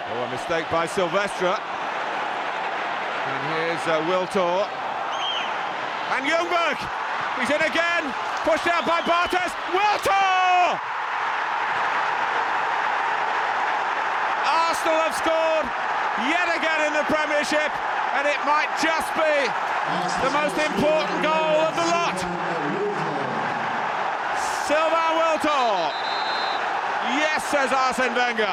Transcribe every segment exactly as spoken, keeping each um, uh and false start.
Oh, a mistake by Silvestre. And here's uh, Wiltor. And Ljungberg! He's in again! Pushed out by Bartes. Wiltor! Arsenal have scored yet again in the Premiership, and it might just be the most important goal of the lot. Sylvain Wiltor. Yes, says Arsene Wenger.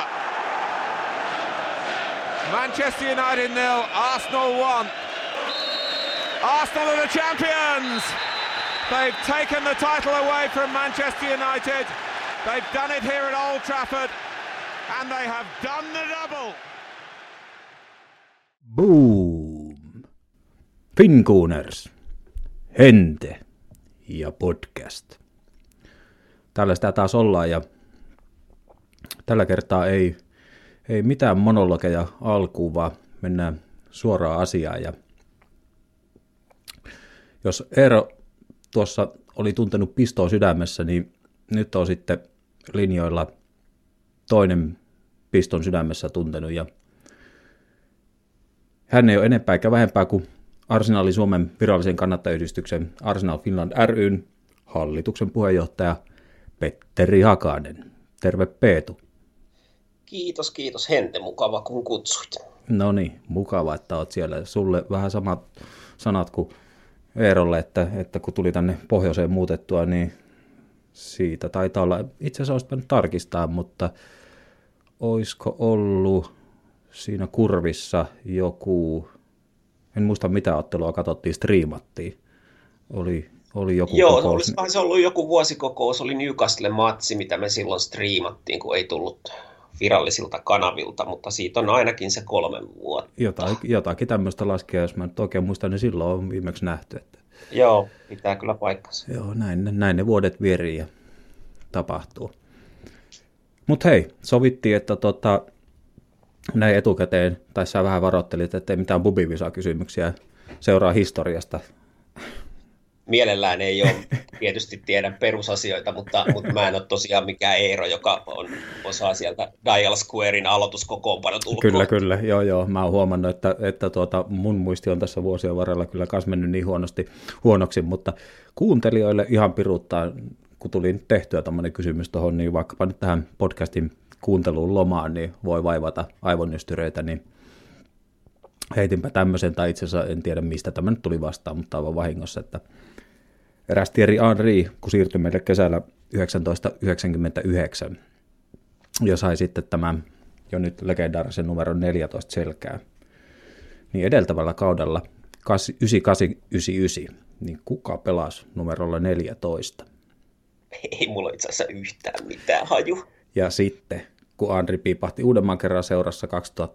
Manchester United nil, Arsenal one. Arsenal are the champions. They've taken the title away from Manchester United. They've done it here at Old Trafford. And they have done the double. Boom. Finkuuners, Hente ja podcast. Täällä sitä taas ollaan ja tällä kertaa ei, ei mitään monologeja alkuun, vaan mennään suoraan asiaan. Ja jos Eero tuossa oli tuntenut pistoa sydämessä, niin nyt on sitten linjoilla toinen piston sydämessä tuntenut. Ja hän ei ole enempää eikä vähempää kuin Arsenalin Suomen virallisen kannattajayhdistyksen Arsenal Finland ry:n hallituksen puheenjohtaja Petteri Hakanen. Terve Peetu. Kiitos, kiitos Hente. Mukava kun kutsuit. No niin, mukava, että olet siellä. Sulle vähän samat sanat kuin Eerolle, että, että kun tuli tänne pohjoiseen muutettua, niin siitä taitaa olla, itse asiassa olisi pitänyt tarkistaa, mutta olisiko ollut siinä kurvissa joku, en muista mitä ottelua katsottiin, striimattiin, oli, oli joku Joo, kokous. olisikohan se ollut joku vuosikokous, oli Newcastle-matsi, mitä me silloin striimattiin, kun ei tullut virallisilta kanavilta, mutta siitä on ainakin se kolme vuotta. Jotain, jotakin tämmöistä laskea, jos mä nyt oikein muistan, niin silloin on viimeksi nähty. Että Joo, pitää kyllä paikkansa. Joo, näin, näin ne vuodet vierii ja tapahtuu. Mutta hei, sovittiin, että tota, näin etukäteen, tai sä vähän varoittelit, että ei mitään bubivisa-kysymyksiä seuraa historiasta. Mielellään ei ole, tietysti tiedän perusasioita, mutta, mutta mä en ole tosiaan mikään Eero, joka on, osaa sieltä Dial Squarein aloituskokoonpanot ulkoa. Kyllä, kyllä, joo, joo. Mä oon huomannut, että, että tuota, mun muisti on tässä vuosien varrella kyllä kas mennyt niin huonosti, huonoksi, mutta kuuntelijoille ihan piruuttaa, kun tuli tehtyä tämmöinen kysymys tuohon, niin vaikkapa nyt tähän podcastin kuunteluun lomaan, niin voi vaivata aivonystyröitä, niin heitinpä tämmöisen, tai itse asiassa en tiedä mistä tämä nyt tuli vastaan, mutta aivan vahingossa, että eräs Thierry Henry, kun siirtyi meille kesällä tuhatyhdeksänsataayhdeksänkymmentäyhdeksän, ja sai sitten tämän jo nyt legendaarisen numeron neljätoista selkää, niin edeltävällä kaudella yhdeksänkymmentäkahdeksan yhdeksänkymmentäyhdeksän, niin kuka pelasi numerolla neljätoista? Ei mulla itse asiassa yhtään mitään haju. Ja sitten, kun Henry piipahti uudemman kerran seurassa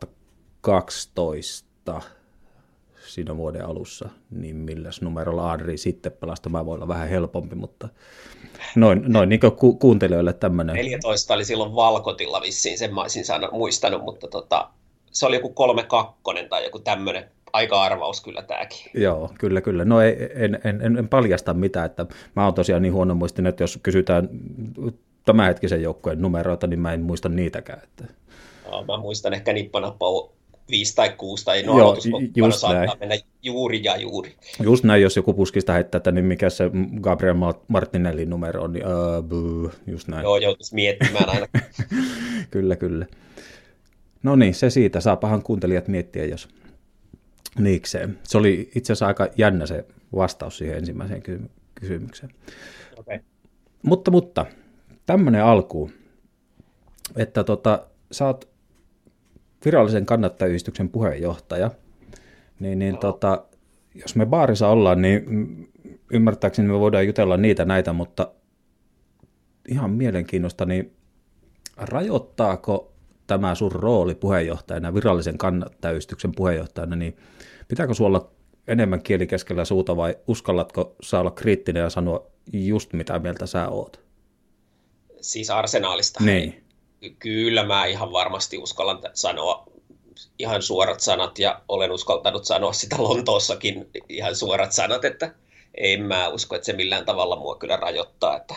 kaksituhattakaksitoista, siinä vuoden alussa, niin milläs numerolla Henry sitten pelasi? Tämä voi olla vähän helpompi, mutta noin, noin niin kuin ku- kuuntelijoille tämmöinen. neljätoista oli silloin Valkotilla vissiin, sen mä olisin sano, muistanut, mutta tota, se oli joku kolme kaksi tai joku tämmöinen. Aika arvaus kyllä tämäkin. Joo, kyllä, kyllä. No ei, en, en, en, en paljasta mitään, että mä oon tosiaan niin huonomuistinen, että jos kysytään tämänhetkisen joukkueen numeroita, niin mä en muista niitäkään. Että No, mä muistan ehkä nippanappa viisi tai kuusi tai no Joo, aloituskoppano saattaa näin. mennä juuri ja juuri. Just näin, jos joku puskista heittää, että niin mikä se Gabriel Martinellin numero on, niin uh, boo, just näin. Joo, joutuisi miettimään aina. Kyllä, kyllä. No niin, se siitä. Saapahan kuuntelijat miettiä, jos niikseen. Se oli itse asiassa aika jännä se vastaus siihen ensimmäiseen kysy- kysymykseen. Okay. Mutta, mutta tämmöinen alkuun, että tota, sä oot virallisen kannattajayhdistyksen puheenjohtaja, niin, niin tota, jos me baarissa ollaan, niin ymmärtääkseni me voidaan jutella niitä näitä, mutta ihan mielenkiinnosta, niin rajoittaako tämä sun rooli puheenjohtajana, virallisen kannattajayhdistyksen puheenjohtajana, niin pitääkö sulla olla enemmän kieli keskellä suuta vai uskallatko sä olla kriittinen ja sanoa just mitä mieltä sä oot? Siis Arsenaalista. Niin. Kyllä mä ihan varmasti uskallan sanoa ihan suorat sanat ja olen uskaltanut sanoa sitä Lontoossakin ihan suorat sanat, että en mä usko, että se millään tavalla mua kyllä rajoittaa. Että,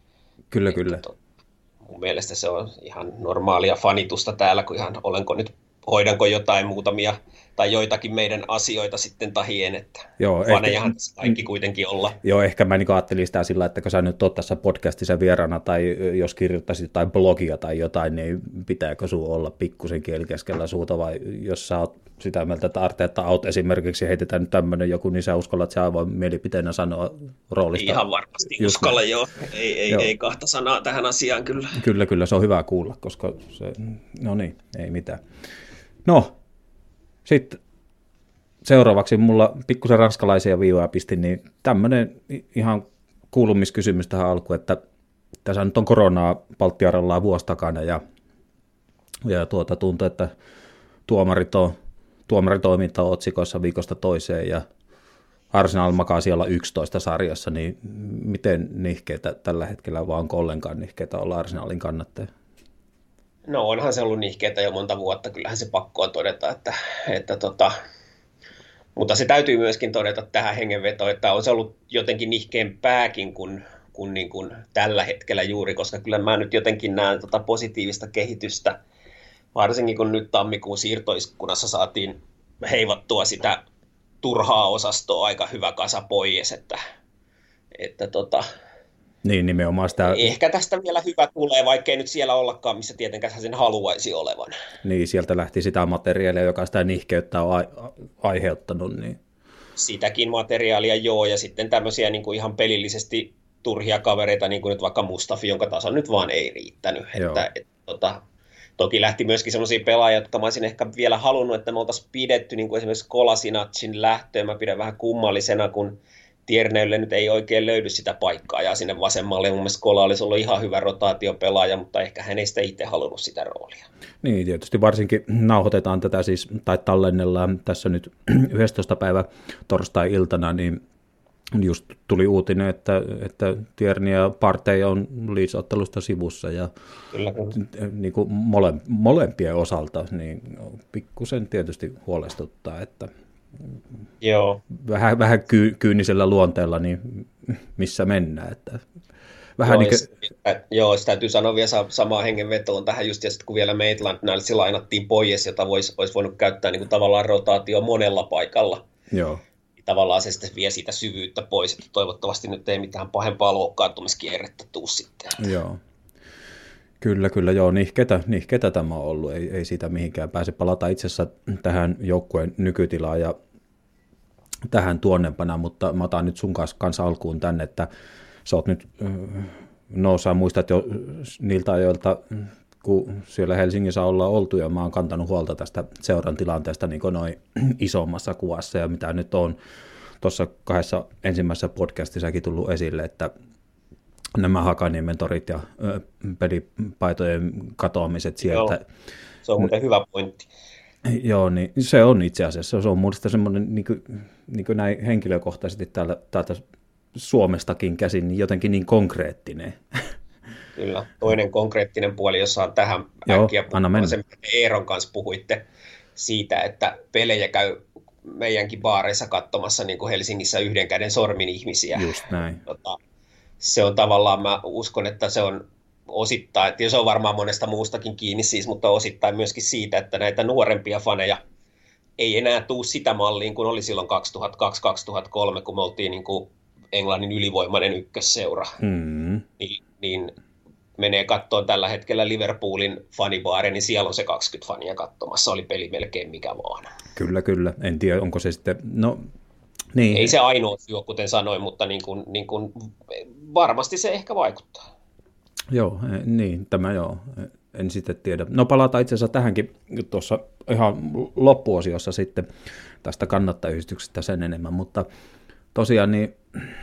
Kyllä, että kyllä. To, mun mielestä se on ihan normaalia fanitusta täällä, kun ihan olenko nyt hoidanko jotain muutamia tai joitakin meidän asioita sitten tahien, että Joo, fanejahan ehkä, tässä kaikki kuitenkin olla. Joo, ehkä mä niin ajattelin sitä sillä, että kun sä nyt oot tässä podcastissa vieraana tai jos kirjoittaisit jotain blogia tai jotain, niin pitääkö sun olla pikkusen kieli keskellä suuta vai jos sä oot sitä mieltä, että Arteetta out esimerkiksi heitetään nyt tämmöinen joku, niin sä uskallat sä aivan mielipiteenä sanoa roolista. Ihan varmasti just uskalla näin. Joo, ei, ei, joo. ei kahta sanaa tähän asiaan kyllä. Kyllä, kyllä, se on hyvä kuulla, koska se, no niin, ei mitään. No, sitten seuraavaksi mulla pikkusen ranskalaisia viivoja pistin, niin tämmöinen ihan kuulumiskysymys tähän alkuun, että tässä nyt on koronaa Baltiarallaan vuosi takana ja, ja tuota, tuntuu, että tuomarit on, tuomaritoiminta on otsikoissa viikosta toiseen ja Arsenal makaa siellä yksitoista sarjassa, niin miten nihkeitä tällä hetkellä, vai onko ollenkaan nihkeitä olla Arsenalin kannattaja? No onhan se ollut nihkeitä jo monta vuotta, kyllähän se pakko on todeta, että, että tota, mutta se täytyy myöskin todeta tähän hengenvetoon, että on se ollut jotenkin nihkeämpääkin kuin, kuin, niin kuin tällä hetkellä juuri, koska kyllä mä nyt jotenkin näen tota positiivista kehitystä, varsinkin kun nyt tammikuun siirtoiskunnassa saatiin heivattua sitä turhaa osastoa aika hyvä kasa pois, että, että tota, niin, nimenomaan sitä... Ehkä tästä vielä hyvä tulee, vaikkei nyt siellä ollakaan, missä tietenkään sen haluaisi olevan. Niin, sieltä lähti sitä materiaalia, joka sitä nihkeyttä on a- aiheuttanut. Niin. Sitäkin materiaalia, joo, ja sitten tämmöisiä niin kuin ihan pelillisesti turhia kavereita, niin kuin nyt vaikka Mustafi, jonka taso nyt vaan ei riittänyt. Että, et, tota, toki lähti myöskin sellaisia pelaajia, jotka mä olisin ehkä vielä halunnut, että me oltaisiin pidetty, niin kuin esimerkiksi Kolasinacin lähtöön. Mä pidän vähän kummallisena, kun Tierneylle nyt ei oikein löydy sitä paikkaa, ja sinne vasemmalle mun mielestä Kola olisi ollut ihan hyvä rotaatiopelaaja, mutta ehkä hän ei sitä itse halunnut sitä roolia. Niin, tietysti varsinkin nauhoitetaan tätä siis, tai tallennellaan tässä nyt yhdestoista päivä torstai-iltana, niin just tuli uutinen, että, että Tierney ja Partey on Leeds-ottelusta sivussa, ja kyllä, kyllä. Niin kuin mole, molempien osalta niin pikkusen tietysti huolestuttaa, että Joo. vähän, vähän ky, kyynisellä luonteella, niin missä mennään. Että vähän joo, niin kuin... sitä, joo, sitä täytyy sanoa vielä samaa hengenvetoon tähän just, ja sitten kun vielä Maitland-Nilesia lainattiin pois, jota voisi vois voinut käyttää niin kuin tavallaan rotaatio monella paikalla. Joo. Tavallaan se sitten vie siitä syvyyttä pois, että toivottavasti nyt ei mitään pahempaa loukkaantumiskierrettä tuu sitten. Joo. Kyllä, kyllä, joo, nihketä, nihketä tämä on ollut, ei, ei siitä mihinkään pääse. Palata itse asiassa tähän joukkueen nykytilaan ja tähän tuonnempana, mutta mä otan nyt sun kanssa alkuun tänne, että sä oot nyt, no sä muistat jo niiltä ajoilta, kun siellä Helsingissä ollaan oltu ja mä oon kantanut huolta tästä seuran tilanteesta niin kuin noin isommassa kuvassa ja mitä nyt on tuossa kahdessa ensimmäisessä podcastissakin tullut esille, että nämä Hakaniemen torit ja ö, pelipaitojen katoamiset sieltä. Joo, se on muuten hyvä pointti. Joo, niin se on itse asiassa. Se on minusta semmoinen, niin kuin, niin kuin näin henkilökohtaisesti täältä, täältä Suomestakin käsin, niin jotenkin niin konkreettinen. Kyllä, toinen konkreettinen puoli, jossa on tähän Joo, äkkiä puhuttu, se Eeron kanssa puhuitte siitä, että pelejä käy meidänkin baareissa katsomassa niin kuin Helsingissä yhden käden sormin ihmisiä. Just näin. Tota, se on tavallaan, mä uskon, että se on osittain, ja se on varmaan monesta muustakin kiinni siis, mutta osittain myöskin siitä, että näitä nuorempia faneja ei enää tule sitä malliin, kun oli silloin kaksituhattakaksi kaksituhattakolme, kun me oltiin niin kuin Englannin ylivoimainen ykkösseura. Mm. Niin, niin menee katsomaan tällä hetkellä Liverpoolin fanibaari, niin siellä on se kaksikymmentä fania katsomassa, oli peli melkein mikä vaan. Kyllä, kyllä. En tiedä, onko se sitten, no niin. Ei se ainoa syy, kuten sanoin, mutta niin kuin, niin kuin, varmasti se ehkä vaikuttaa. Joo, niin, tämä joo, en sitten tiedä. No palataan itse asiassa tähänkin tuossa ihan loppuosiossa sitten tästä kannattajayhdistyksestä sen enemmän, mutta tosiaan niin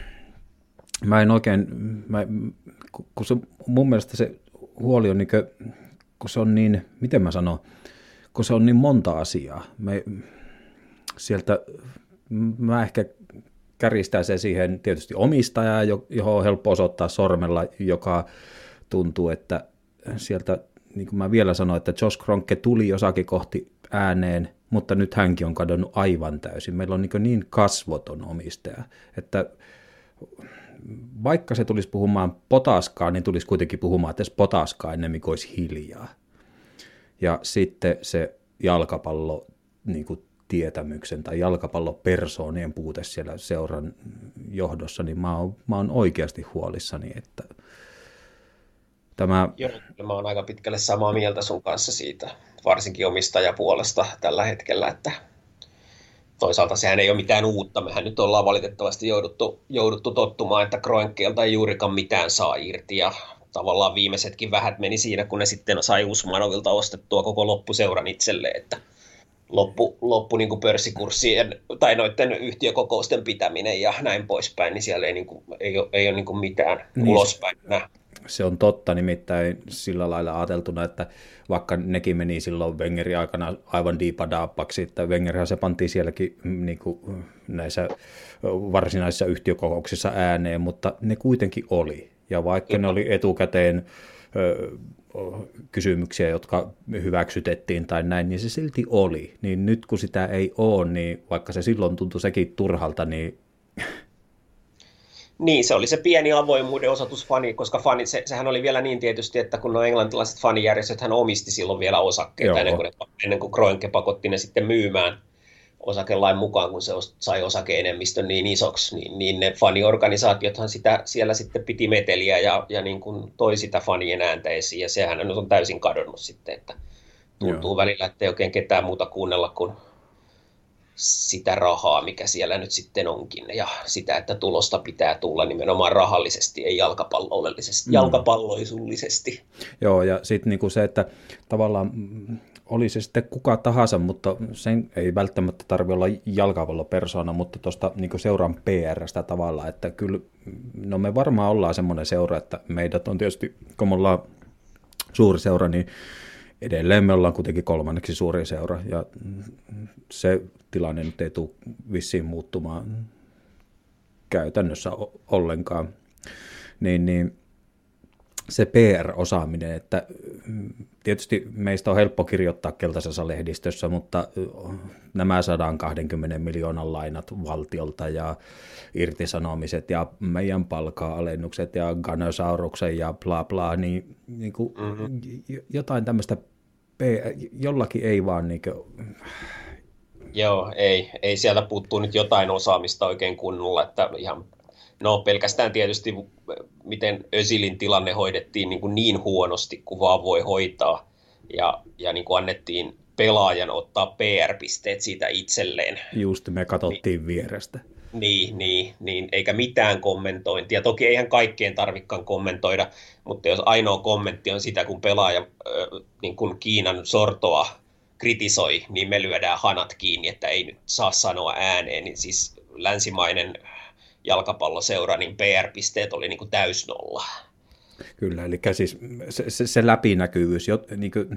mä en oikein, mä, kun se, mun mielestä se huoli on niin kuin, kun se on niin, miten mä sanon, kun se on niin monta asiaa. Me, sieltä mä ehkä kärjistää se siihen tietysti omistajaa, johon on helppo osoittaa sormella, joka tuntuu, että sieltä, niin kuin mä vielä sanoin, että Josh Kroenke tuli jossakin kohti ääneen, mutta nyt hänkin on kadonnut aivan täysin. Meillä on niin, niin kasvoton omistaja, että vaikka se tulisi puhumaan potaskaa, niin tulisi kuitenkin puhumaan edes potaskaa ennemmin kuin olisi hiljaa. Ja sitten se jalkapallo niin kuin tietämyksen tai jalkapallopersoonien puute siellä seuran johdossa, niin mä oon, mä oon oikeasti huolissani, että tämä... Joo, mä oon aika pitkälle samaa mieltä sun kanssa siitä, varsinkin omistajapuolesta tällä hetkellä, että toisaalta sehän ei ole mitään uutta. Mehän nyt ollaan valitettavasti jouduttu, jouduttu tottumaan, että Kroenkeelta ei juurikaan mitään saa irti, ja tavallaan viimeisetkin vähät meni siinä, kun ne sitten sai Usmanovilta ostettua koko loppuseuran itselleen, että loppu, loppu niin kuin pörssikurssien tai noiden yhtiökokousten pitäminen ja näin poispäin, niin siellä ei, niin kuin, ei ole, ei ole niin kuin mitään niin, ulospäin enää. Se on totta, nimittäin sillä lailla ajateltuna, että vaikka nekin meni silloin Wengerin aikana aivan diipadaappaksi, että Wengerhän se pantiin sielläkin niin kuin näissä varsinaisissa yhtiökokouksissa ääneen, mutta ne kuitenkin oli. Ja vaikka ne oli etukäteen ö, kysymyksiä, jotka hyväksytettiin tai näin, niin se silti oli. Niin nyt kun sitä ei ole, niin vaikka se silloin tuntui sekin turhalta, niin... Niin, se oli se pieni avoimuuden osoitus fani, koska fani, se, sehän oli vielä niin tietysti, että kun nuo englantilaiset fanijärjestöt hän omisti silloin vielä osakkeita, ennen kuin, ne, ennen kuin Kroenke pakotti ne sitten myymään osakelain mukaan, kun se sai osake-enemmistön niin isoksi, niin, niin ne faniorganisaatiothan sitä siellä sitten piti meteliä ja, ja niin kuin toi sitä fanien ääntä esiin, ja sehän on täysin kadonnut sitten, että tuntuu Joo. välillä, että ei oikein ketään muuta kuunnella kuin sitä rahaa, mikä siellä nyt sitten onkin, ja sitä, että tulosta pitää tulla nimenomaan rahallisesti, ei jalkapallollisesti, mm. jalkapalloisullisesti. Joo, ja sitten niinku se, että tavallaan oli se sitten kuka tahansa, mutta sen ei välttämättä tarvitse olla jalkapallopersona, mutta tuosta niinku seuran P R:stä tavallaan, että kyllä, no me varmaan ollaan semmoinen seura, että meidät on tietysti, kun me ollaan suuri seura, niin edelleen me ollaan kuitenkin kolmanneksi suuri seura, ja se tilanne nyt ei tule vissiin muuttumaan käytännössä ollenkaan. Niin, niin se P R-osaaminen, että tietysti meistä on helppo kirjoittaa keltaisessa lehdistössä, mutta nämä sata kaksikymmentä miljoonan lainat valtiolta ja irtisanomiset ja meidän palkka-alennukset ja Ganosauruksen ja bla bla, niin, niin kuin mm-hmm. jotain tämmöistä jollakin ei vaan niin kuin... Joo, ei, ei sieltä puuttuu nyt jotain osaamista oikein kunnolla, että ihan, no pelkästään tietysti miten Özilin tilanne hoidettiin niin, kuin niin huonosti kuin vaan voi hoitaa, ja, ja niin kuin annettiin pelaajan ottaa P R-pisteet siitä itselleen. Just, me katsottiin niin, vierestä. Niin, niin, niin, eikä mitään kommentointia. Toki eihän kaikkeen tarvikaan kommentoida, mutta jos ainoa kommentti on sitä, kun pelaaja niin kun Kiinan sortoa kritisoi, niin me lyödään hanat kiinni, että ei nyt saa sanoa ääneen. Niin siis länsimainen jalkapalloseura, niin P R-pisteet oli niin kuin täysnolla. Kyllä, eli siis se, se, se läpinäkyvyys, niin kuin,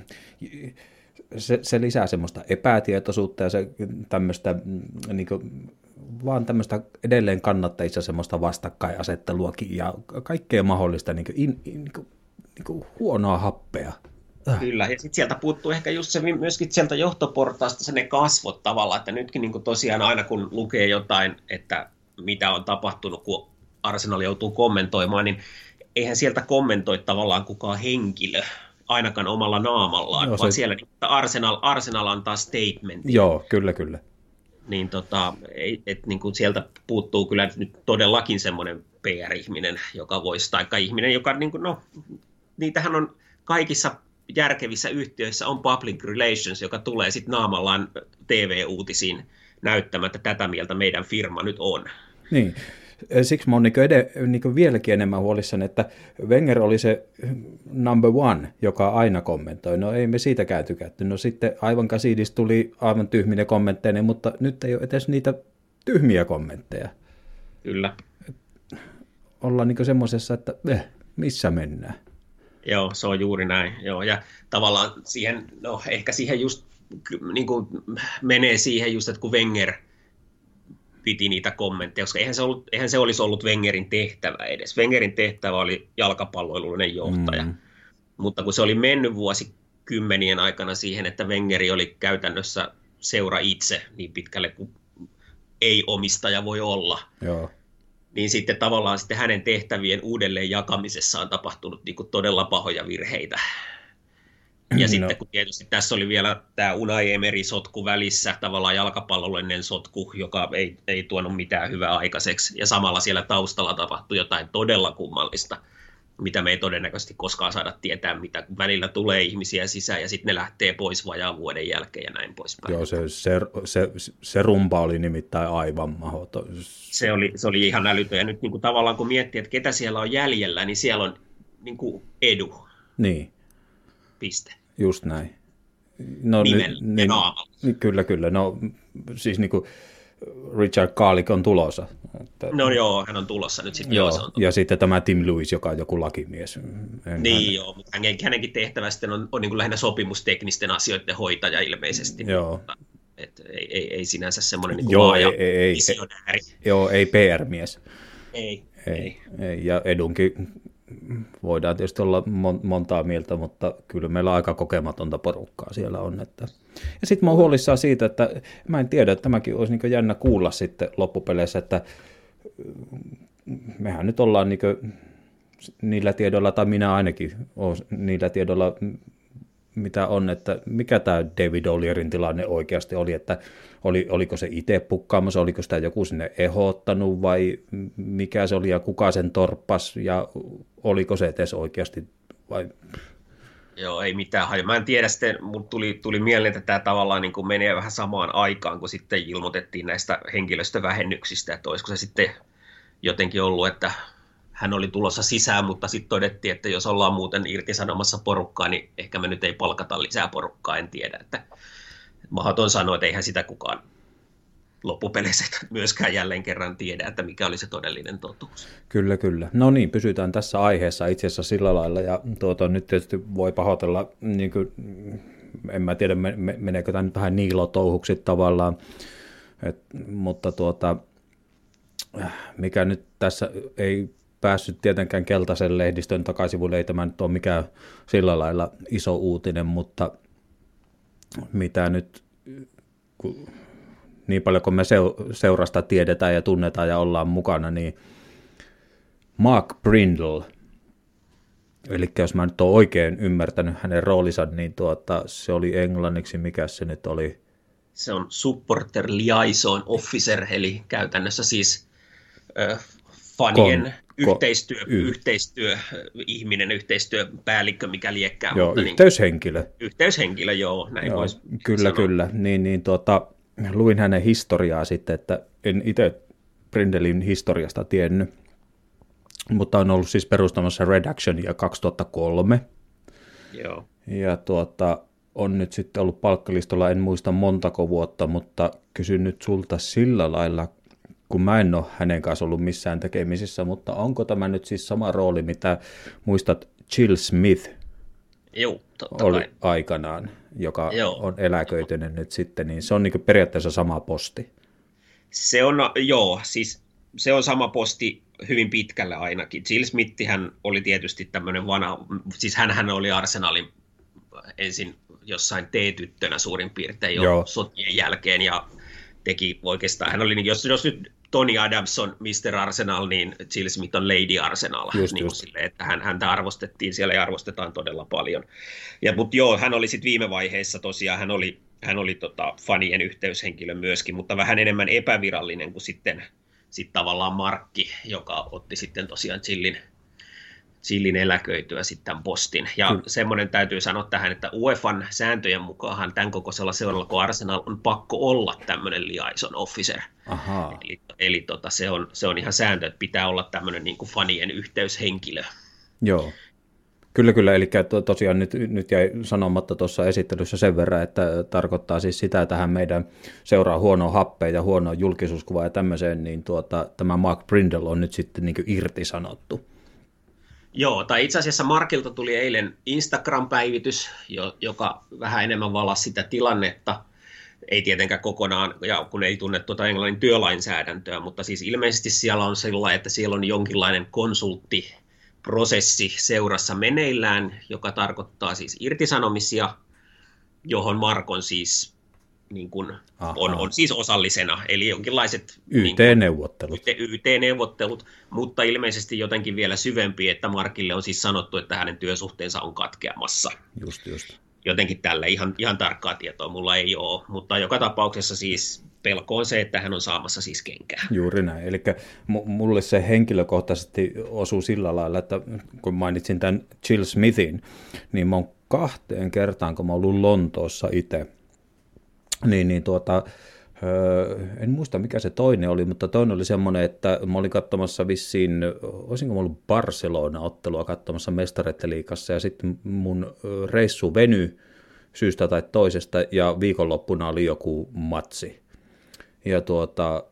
se, se lisää semmoista epätietoisuutta ja se tämmöistä... Niin kuin, vaan tämmöistä edelleen kannattajissa semmoista vastakkainasetteluakin ja kaikkea mahdollista niin kuin, in, in, niin kuin, niin kuin huonoa happea. Äh. Kyllä, ja sitten sieltä puuttuu ehkä just se myöskin sieltä johtoportaasta se ne kasvot tavallaan, että nytkin niin kuin tosiaan aina kun lukee jotain, että mitä on tapahtunut, kun Arsenal joutuu kommentoimaan, niin eihän sieltä kommentoi tavallaan kukaan henkilö, ainakaan omalla naamallaan, Joo, vaan se... siellä että Arsenal, Arsenal antaa statementin. Joo, kyllä, kyllä. Niin tota, et, niin kuin sieltä puuttuu kyllä nyt todellakin semmoinen P R-ihminen, joka voisi, tai ihminen, joka, niin kuin, no, niitähän on kaikissa järkevissä yhtiöissä on public relations, joka tulee sitten naamallaan T V-uutisiin näyttämään, että tätä mieltä meidän firma nyt on. Niin. Siksi mä oon niin ed- niin vieläkin enemmän huolissani, että Wenger oli se number one, joka aina kommentoi. No ei me siitäkään tykätty. No sitten aivan Kasidis tuli aivan tyhminen kommentteja, mutta nyt ei ole edes niitä tyhmiä kommentteja. Kyllä. Ollaan niin semmoisessa, että eh, missä mennään. Joo, se on juuri näin. Joo, ja tavallaan siihen, no ehkä siihen just niin kuin menee siihen just, että kun Wenger piti niitä kommentteja, koska eihän se, ollut, eihän se olisi ollut Wengerin tehtävä edes. Wengerin tehtävä oli jalkapalloilullinen johtaja, mm. mutta kun se oli mennyt vuosikymmenien aikana siihen, että Wengeri oli käytännössä seura itse niin pitkälle kuin ei-omistaja voi olla, Joo. niin sitten tavallaan sitten hänen tehtävien uudelleen jakamisessa on tapahtunut niin kuin todella pahoja virheitä. Ja no. Sitten kun tietysti tässä oli vielä tämä Unai Emery-sotku välissä, tavallaan jalkapallollinen sotku, joka ei, ei tuonut mitään hyvää aikaiseksi. Ja samalla siellä taustalla tapahtui jotain todella kummallista, mitä me ei todennäköisesti koskaan saada tietää, mitä välillä tulee ihmisiä sisään ja sitten ne lähtee pois vajaan vuoden jälkeen ja näin poispäin. Joo, se, se, se, se rumpa oli nimittäin aivan mahdoton. Se oli, se oli ihan älytön. Ja nyt niin kuin tavallaan kun miettii, että ketä siellä on jäljellä, niin siellä on niin kuin Edu. Niin. Piste. Just näin. No, Nimellä niin, ja naamalla. Kyllä, kyllä. No siis niin kuin Richard Garlick on tulossa. Että, no joo, hän on tulossa nyt sitten. Joo, joo, se on ja sitten tämä Tim Lewis, joka on joku lakimies. En niin hän... joo, mutta hänenkin tehtävä sitten on, on niin kuin lähinnä sopimusteknisten asioiden hoitaja ilmeisesti. Joo. Mutta, et, ei, ei, ei sinänsä semmoinen niin kuin joo, laaja ei, ei, visionääri. Joo, ei P R-mies. Ei, ei, ei. ei. Ja Edunkin voidaan tietysti olla montaa mieltä, mutta kyllä meillä aika kokematonta porukkaa siellä on. Että... Ja sitten mä oon huolissaan siitä, että mä en tiedä, että tämäkin olisi niin jännä kuulla sitten loppupeleissä, että mehän nyt ollaan niin niillä tiedoilla, tai minä ainakin olen niillä tiedoilla, mitä on, että mikä tämä David Ollierin tilanne oikeasti oli, että oli, oliko se itse pukkaamassa, oliko sitä joku sinne ehdottanut vai mikä se oli ja kuka sen torppas ja oliko se edes oikeasti vai... Joo, ei mitään. Mä en tiedä, sitten mun tuli, tuli mieleen, että tämä tavallaan niin kuin menee vähän samaan aikaan, kun sitten ilmoitettiin näistä henkilöstövähennyksistä, että olisiko se sitten jotenkin ollut, että hän oli tulossa sisään, mutta sitten todettiin, että jos ollaan muuten irtisanomassa porukkaa, niin ehkä me nyt ei palkata lisää porukkaa, en tiedä. Että mahdoton sanoa, että eihän sitä kukaan loppupeleissä myöskään jälleen kerran tiedä, että mikä oli se todellinen totuus. Kyllä, kyllä. No niin, pysytään tässä aiheessa itse asiassa sillä lailla, ja tuota, nyt tietysti voi pahoitella, niin kuin, en mä tiedä, meneekö tämä nyt vähän niilotouhuksi tavallaan, Et, mutta tuota, mikä nyt tässä ei päässyt tietenkään keltaisen lehdistön takaisivuille, ei tämä nyt ole mikään sillä lailla iso uutinen, mutta mitä nyt, kun niin paljon kuin me seurasta tiedetään ja tunnetaan ja ollaan mukana, niin Mark Brindle, eli jos mä nyt olen oikein ymmärtänyt hänen roolinsa, niin tuota, se oli englanniksi, mikä se nyt oli? Se on supporter liaison officer, eli käytännössä siis äh, fanien Kon, yhteistyö, ko, y- yhteistyö, ihminen, yhteistyöpäällikkö, mikä liekkää. Joo, mutta yhteyshenkilö. Niin, yhteyshenkilö, joo, näin joo, voisi Kyllä, sanoa. kyllä. Niin, niin tuota, luin hänen historiaa sitten, että en itse Brindelin historiasta tiennyt, mutta on ollut siis perustamassa Redactionia kaksituhattakolme. Joo. Ja tuota, on nyt sitten ollut palkkalistolla, en muista montako vuotta, mutta kysyn nyt sulta sillä lailla, kun mä en ole hänen kanssa ollut missään tekemisissä, mutta onko tämä nyt siis sama rooli, mitä muistat Jill Smith Joo, totta oli kai. aikanaan, joka Joo. on eläköitynyt nyt sitten, niin se on niin periaatteessa sama posti. Se on, joo, siis se on sama posti hyvin pitkälle ainakin. Jill Smithihän oli tietysti tämmöinen vanha, siis hänhän oli Arsenalin ensin jossain T-tyttönä suurin piirtein jo joo. sotien jälkeen ja teki oikeastaan, hän oli, jos, jos nyt Tony Adams on mister Arsenal, niin Jill Smith on Lady Arsenal, just, niin just. Sille, että hän, häntä arvostettiin siellä ja arvostetaan todella paljon. Ja, mutta joo, hän oli sitten viime vaiheessa tosiaan, hän oli, hän oli tota, fanien yhteyshenkilö myöskin, mutta vähän enemmän epävirallinen kuin sitten sit tavallaan Markki, joka otti sitten tosiaan Jillin, Jillin eläköityä sitten tämän postin. Ja hmm. semmoinen täytyy sanoa tähän, että UEFan sääntöjen mukaan tämän kokoisella seuralla kuin Arsenal on pakko olla tämmöinen liaison officer. Ahaa. Eli, eli tota, se, on, se on ihan sääntö, että pitää olla tämmöinen niin kuin fanien yhteyshenkilö. Joo. Kyllä, kyllä. Eli to, tosiaan nyt, nyt jäi sanomatta tuossa esittelyssä sen verran, että tarkoittaa siis sitä, että hän meidän seuraa huonoa happea ja huonoa julkisuuskuvaa ja tämmöiseen, niin tuota, tämä Mark Brindle on nyt sitten niin kuin irtisanottu. Joo, tai itse asiassa Markilta tuli eilen Instagram-päivitys, joka vähän enemmän valasi sitä tilannetta. Ei tietenkään kokonaan, ja kun ei tunne tuota englannin työlainsäädäntöä, mutta siis ilmeisesti siellä on sellainen, että siellä on jonkinlainen konsulttiprosessi seurassa meneillään, joka tarkoittaa siis irtisanomisia, johon Mark on siis, niin kuin, on, on siis osallisena, eli jonkinlaiset Y T-neuvottelut. Y T-neuvottelut, mutta ilmeisesti jotenkin vielä syvempi, että Markille on siis sanottu, että hänen työsuhteensa on katkeamassa. Just, just. jotenkin tälle ihan, ihan tarkkaa tietoa mulla ei ole, mutta joka tapauksessa siis pelko on se, että hän on saamassa siis kenkää. Juuri näin, eli mulle se henkilökohtaisesti osuu sillä lailla, että kun mainitsin tämän Jill Smithin, niin mä oon kahteen kertaan, kun mä oon ollut Lontoossa itse, niin, niin tuota, en muista mikä se toinen oli, mutta toinen oli semmoinen, että mä olin katsomassa vissiin, olisinko mä ollut Barcelona-ottelua katsomassa Mestareiden liigassa, ja sitten mun reissu venyi syystä tai toisesta, ja viikonloppuna oli joku matsi. Ja tuota,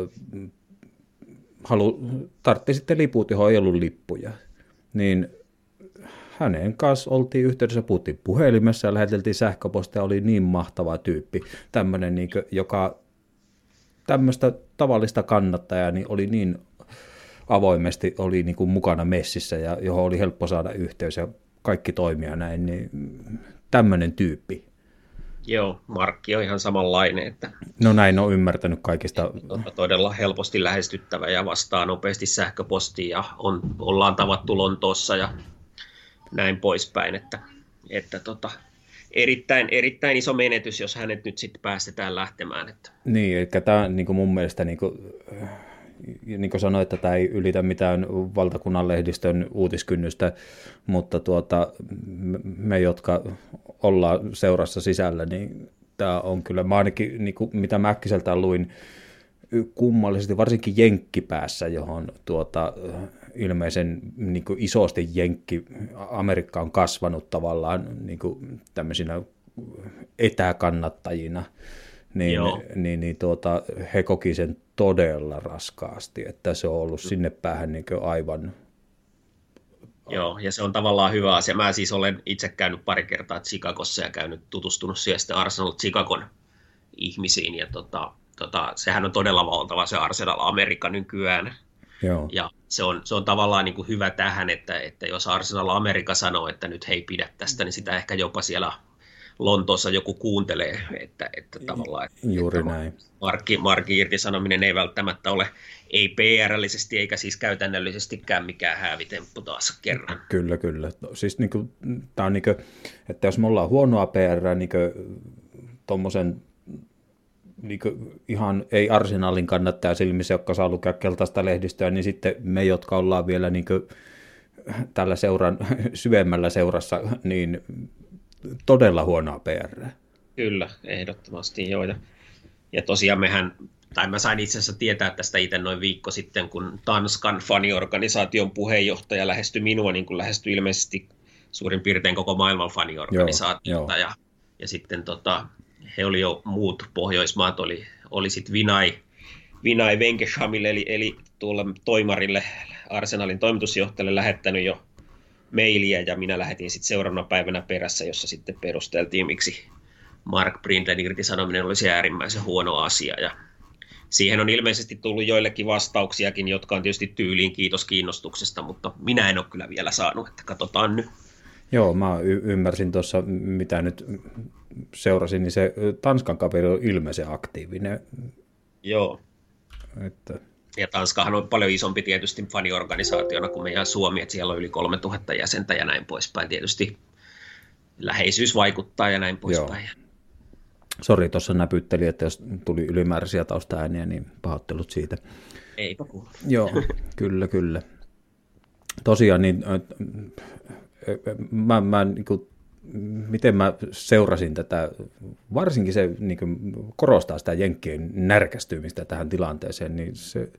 halu, tartti sitten liput, johon ei ollut lippuja, niin hänen kanssa oltiin yhteydessä, puhuttiin puhelimessa ja läheteltiin sähköpostia, oli niin mahtava tyyppi, tämmöinen, niin kuin, joka tämmöistä tavallista kannattajaa niin oli niin avoimesti oli niin kuin mukana messissä ja johon oli helppo saada yhteys ja kaikki toimia näin, niin tämmöinen tyyppi. Joo, Markki on ihan samanlainen. Että no näin on ymmärtänyt kaikista. Todella helposti lähestyttävä ja vastaa nopeasti sähköpostiin ja on, ollaan tavattu Lontoossa ja näin poispäin, että, että tota, erittäin, erittäin iso menetys, jos hänet nyt sitten päästetään lähtemään. Että. Niin, eli tämä niin mun mielestä, niin kuin, niin kuin sanoin, että tämä ei ylitä mitään valtakunnan lehdistön uutiskynnystä, mutta tuota, me, jotka ollaan seurassa sisällä, niin tämä on kyllä, mä ainakin, niin kuin, mitä mä äkkiseltään luin, kummallisesti, varsinkin jenkkipäässä, johon tuota, ilmeisen niin kuin isosti jenkki, Amerikka on kasvanut tavallaan niin kuin tämmöisinä etäkannattajina, niin, niin, niin tuota, he koki sen todella raskaasti, että se on ollut sinne päähän niin kuin aivan. Joo, ja se on tavallaan hyvä asia. Mä siis olen itse käynyt pari kertaa Chicagossa ja käynyt tutustunut siellä sitten Arsenal Chicagon ihmisiin, ja tota, tota, sehän on todella valtava se Arsenal Amerikka nykyään. Joo. Ja se on, se on tavallaan niin kuin hyvä tähän, että, että jos Arsenal Amerikka sanoo, että nyt hei pidä tästä, niin sitä ehkä jopa siellä Lontoossa joku kuuntelee, että, että tavallaan juuri että näin. Markki, Markin irtisanominen ei välttämättä ole ei P R-allisesti eikä siis käytännöllisestikään mikään häävitemppu taas kerran. Kyllä, kyllä. No, siis niin kuin, tämä on niin kuin, että jos me ollaan huonoa P R, niin tuommoisen niin ihan ei Arsenalin kannattaja silmissä, jotka saa lukea keltaista lehdistöä, niin sitten me, jotka ollaan vielä niin tällä seuran, syvemmällä seurassa, niin todella huonoa P R. Kyllä, ehdottomasti joo. Ja, ja tosiaan mehän, tai mä sain itse asiassa tietää tästä itse noin viikko sitten, kun Tanskan faniorganisaation puheenjohtaja lähestyi minua, niin kuin lähestyi ilmeisesti suurin piirtein koko maailman faniorganisaatiota. Ja, ja sitten tota, he oli jo muut Pohjoismaat, oli, oli sitten Vinay, Vinay Venkeshamille, eli, eli tuolle toimarille, Arsenalin toimitusjohtajalle lähettänyt jo mailia, ja minä lähetin sitten seuraavana päivänä perässä, jossa sitten perusteltiin, miksi Mark Brinten irtisanominen olisi äärimmäisen huono asia. Ja siihen on ilmeisesti tullut joillekin vastauksiakin, jotka on tietysti tyyliin kiitos kiinnostuksesta, mutta minä en ole kyllä vielä saanut, että katsotaan nyt. Joo, mä y- ymmärsin tuossa, mitä nyt seurasin, niin se Tanskan kaveri on ilmeisen aktiivinen. Joo. Että ja Tanskahan on paljon isompi tietysti faniorganisaationa kuin meidän Suomi, että siellä on yli kolmetuhatta jäsentä ja näin poispäin. Tietysti läheisyys vaikuttaa ja näin poispäin. Sori, tuossa näpytteli, että jos tuli ylimääräisiä taustaääniä, niin pahoittelut siitä. Eipä kuulu. Joo, kyllä, kyllä. Tosiaan, niin, mä, mä, niin kuin, miten mä seurasin tätä, varsinkin se niin kuin, korostaa sitä jenkkien närkästymistä tähän tilanteeseen, niin se,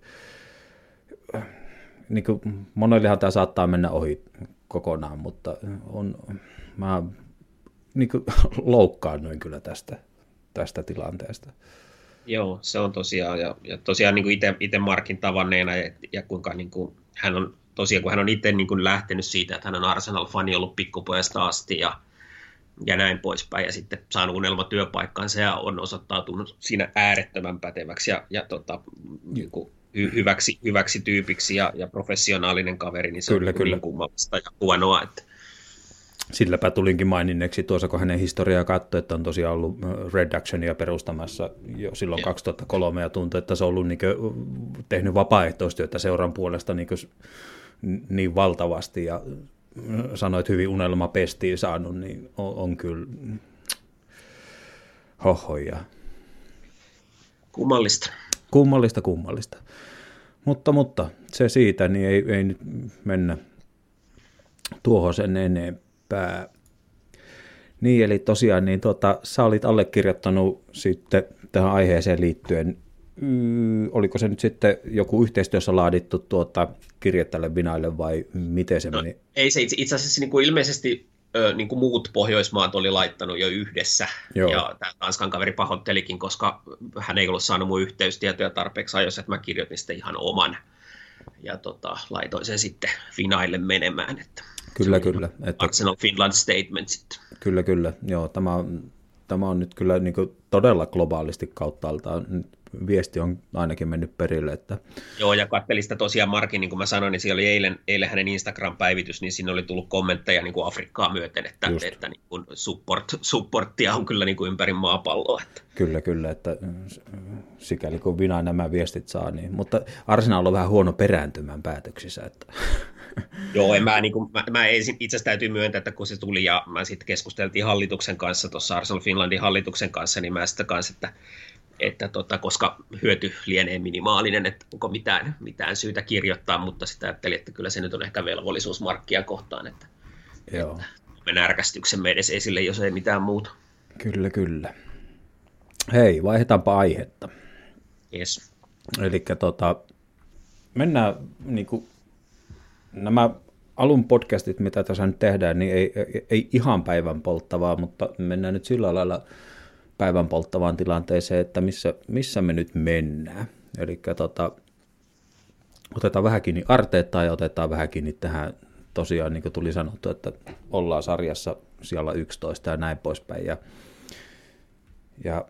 niin kuin, monellehan tämä saattaa mennä ohi kokonaan, mutta on, mä niin kuin, loukkaannuin kyllä tästä, tästä tilanteesta. Joo, se on tosiaan, ja, ja tosiaan niin kuin itse Markin tavanneena, ja, ja kuinka niin kuin, hän on tosiaan, kun hän on itse niin kuin lähtenyt siitä, että hän on Arsenal-fani ollut pikkupojasta asti, ja ja näin poispäin, ja sitten saanut unelmatyöpaikkaansa ja on osoittautunut siinä äärettömän päteväksi ja, ja tota, niin kuin hy, hyväksi, hyväksi tyypiksi ja, ja professionaalinen kaveri, niin se kyllä, on kyllä. Niin kummallista ja huonoa. Että silläpä tulinkin maininneeksi tuossa, kun hänen historiaa katsoi, että on tosiaan ollut Red Actionia perustamassa jo silloin ja. kaksituhattakolme, ja tuntui, että se on ollut niin kuin tehnyt vapaaehtoistyötä seuran puolesta niin, kuin niin valtavasti, ja sanoit hyvin unelmapestiin saanut, niin on, on kyllä hohoja. Kummallista. Kummallista, kummallista. Mutta, mutta se siitä, niin ei, ei nyt mennä tuohon sen enempää. Niin, eli tosiaan, niin tota, sä olit allekirjoittanut sitten tähän aiheeseen liittyen, yy, oliko se nyt sitten joku yhteistyössä laadittu tuota kirje tälle Vinaille vai miten se meni? No, ei se itse, itse asiassa niin kuin ilmeisesti ö, niin kuin muut Pohjoismaat oli laittanut jo yhdessä. Joo. Ja tämä Tanskan kaveri pahoittelikin, koska hän ei ollut saanut mun yhteystietoja tarpeeksi ajoissa, että mä kirjoitin sitten ihan oman ja tota, laitoin sen sitten Vinaille menemään. Että kyllä, kyllä. Että... Arsenal Finland statement sitten. Kyllä, kyllä. Joo, tämä on, tämä on nyt kyllä niin kuin todella globaalisti kauttaaltaan. Viesti on ainakin mennyt perille. Että... Joo, ja katselin sitä tosiaan Markin, niin kuin mä sanoin, niin siellä oli eilen, eilen hänen Instagram-päivitys, niin siinä oli tullut kommentteja niin kuin Afrikkaa myöten, että, että niin kuin support, supporttia on kyllä niin kuin ympäri maapalloa. Että... Kyllä, kyllä, että sikäli kun Vina nämä viestit saa, niin... mutta Arsenal on vähän huono perääntymään päätöksissä, että... Joo, en mä, niin kuin, mä, mä itse asiassa täytyy myöntää, että kun se tuli ja mä sitten keskusteltiin hallituksen kanssa, tuossa Arsenal Finlandin hallituksen kanssa, niin mä sitä kanssa, että, että tota, koska hyöty lienee minimaalinen, että onko mitään, mitään syytä kirjoittaa, mutta sitä ajattelin, että kyllä se nyt on ehkä velvollisuus Markkia kohtaan, että, Joo. että me närkästyksemme edes esille, jos ei mitään muuta. Kyllä, kyllä. Hei, vaihdetaanpa aihetta. Yes. Eli tota, mennään niin kuin nämä alun podcastit, mitä tässä nyt tehdään, niin ei, ei, ei ihan päivän polttavaa, mutta mennään nyt sillä lailla päivän polttavaan tilanteeseen, että missä, missä me nyt mennään. Eli tota, otetaan vähän kiinni Arteettaan ja otetaan vähän kiinni tähän, tosiaan niin kuin tuli sanottu, että ollaan sarjassa siellä yksitoista ja näin poispäin. Ja, ja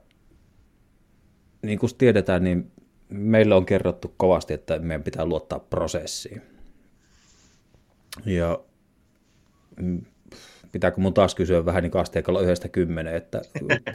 niin kuin tiedetään, niin meille on kerrottu kovasti, että meidän pitää luottaa prosessiin. Ja pitääkö mun taas kysyä vähän niin kuin asteikolla yhdestä kymmeneen, että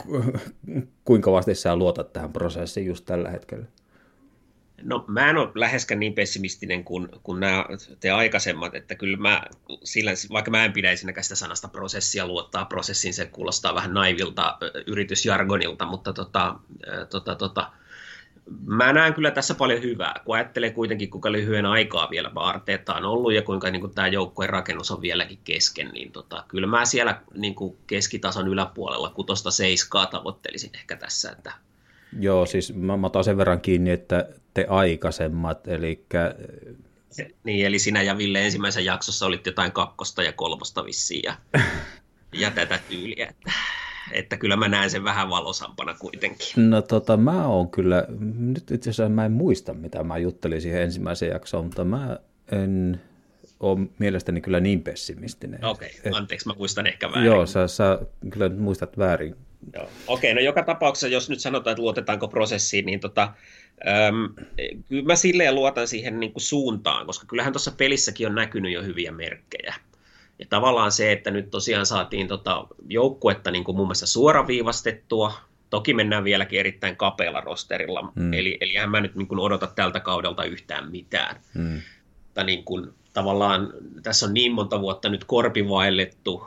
kuinka kovasti sä luotat tähän prosessiin just tällä hetkellä? No mä en ole läheskään niin pessimistinen kuin, kuin nämä te aikaisemmat, että kyllä mä, sillä, vaikka mä en pidä ensinnäkään sitä sanasta prosessia luottaa prosessiin, se kuulostaa vähän naivilta yritysjargonilta, mutta tota, tota, tota, mä näen kyllä tässä paljon hyvää, kun ajattelee kuitenkin, kuinka lyhyen aikaa vielä Arteetta on ollut ja kuinka niin kuin tämä joukkueen rakennus on vieläkin kesken, niin tota, kyllä mä siellä niin kuin keskitason yläpuolella kutosta seiskaa tavoittelisin ehkä tässä. Että... Joo, siis mä, mä otan sen verran kiinni, että te aikaisemmat, eli... Se, niin, eli sinä ja Ville ensimmäisessä jaksossa olit jotain kakkosta ja kolmosta vissiin ja, ja tätä tyyliä, että... Että kyllä mä näen sen vähän valosampana kuitenkin. No tota, mä oon kyllä, nyt itse asiassa mä en muista, mitä mä juttelin siihen ensimmäiseen jaksoon, mutta mä en ole mielestäni kyllä niin pessimistinen. Okei, okay, anteeksi, mä muistan ehkä väärin. Joo, sä, sä kyllä muistat väärin. Okei, okay, no joka tapauksessa, jos nyt sanotaan, että luotetaanko prosessiin, niin tota, äm, kyllä mä silleen luotan siihen niin kuin suuntaan, koska kyllähän tuossa pelissäkin on näkynyt jo hyviä merkkejä. Ja tavallaan se, että nyt tosiaan saatiin tota joukkuetta niin kuin muun muassa suoraviivastettua, toki mennään vieläkin erittäin kapealla rosterilla, mm. eli, eli eihän mä nyt niin kuin odota tältä kaudelta yhtään mitään. Mm. Mutta niin kuin, tavallaan tässä on niin monta vuotta nyt korpivaellettu,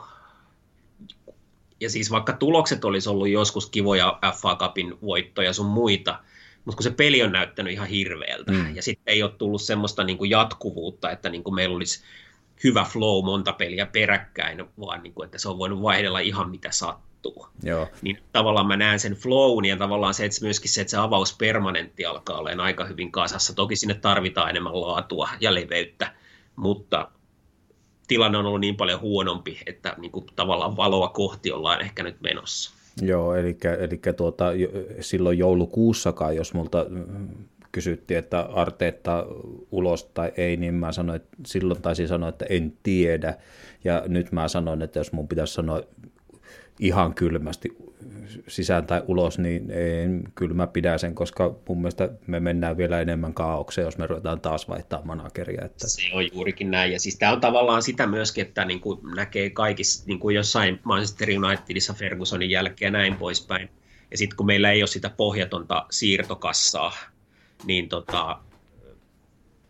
ja siis vaikka tulokset olisi ollut joskus kivoja F A Cupin voittoja sun muita, mutta kun se peli on näyttänyt ihan hirveältä, mm. ja sitten ei ole tullut semmoista niin kuin jatkuvuutta, että niin kuin meillä olisi hyvä flow monta peliä peräkkäin, vaan niin kuin, että se on voinut vaihdella ihan mitä sattuu. Joo. Niin tavallaan mä näen sen flown ja tavallaan se, että myöskin se, että se avauspermanentti alkaa olemaan aika hyvin kasassa. Toki sinne tarvitaan enemmän laatua ja leveyttä, mutta tilanne on ollut niin paljon huonompi, että niin kuin tavallaan valoa kohti ollaan ehkä nyt menossa. Joo, eli, eli tuota, silloin joulukuussakaan, jos multa kysyttiin, että Arteetta ulos tai ei, niin mä sanoin, että silloin taisin sanoa, että en tiedä. Ja nyt mä sanoin, että jos mun pitäisi sanoa ihan kylmästi sisään tai ulos, niin en, kyllä mä pidän sen, koska mun mielestä me mennään vielä enemmän kaaukseen, jos me ruvetaan taas vaihtaa manageria. Että... Se on juurikin näin. Ja siis tämä on tavallaan sitä myöskin, että niin kuin näkee kaikissa, niin kuin jossain Manchester Unitedissa Fergusonin jälkeen ja näin poispäin. Ja sitten kun meillä ei ole sitä pohjatonta siirtokassaa, niin tota,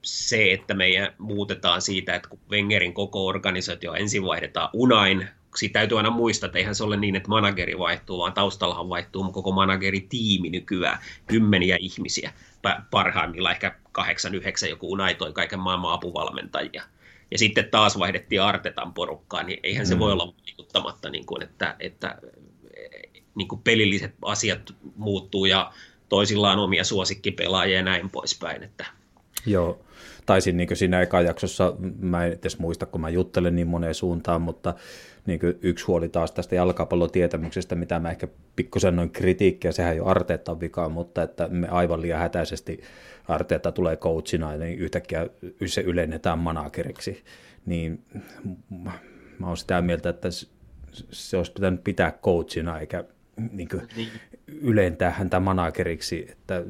se, että meidän muutetaan siitä, että kun Wengerin koko organisaatio ensin vaihdetaan Unain, siitä täytyy aina muistaa, että eihän se ole niin, että manageri vaihtuu, vaan taustallahan vaihtuu koko manageritiimi nykyään, kymmeniä ihmisiä, parhaimmillaan ehkä kahdeksan, yhdeksän, joku Unai toi kaiken maailman apuvalmentajia. Ja sitten taas vaihdettiin Artetan porukkaan, niin eihän se mm. voi olla vaikuttamatta, niin kuin, että, että niin kuin pelilliset asiat muuttuu ja toisillaan omia suosikkipelaajia ja näin poispäin. Että. Joo, taisin niin siinä ekan jaksossa, mä en edes muista, kun mä juttelen niin moneen suuntaan, mutta niin yksi huoli taas tästä jalkapallotietämyksestä, mitä mä ehkä pikkusen noin kritiikkiä, sehän ei ole Arteetan vikaa, mutta että me aivan liian hätäisesti Arteetta tulee coachina, niin yhtäkkiä se ylennetään manageriksi, niin mä oon sitä mieltä, että se olisi pitänyt pitää coachina, eikä niin kuin ylentää häntä manageriksi, että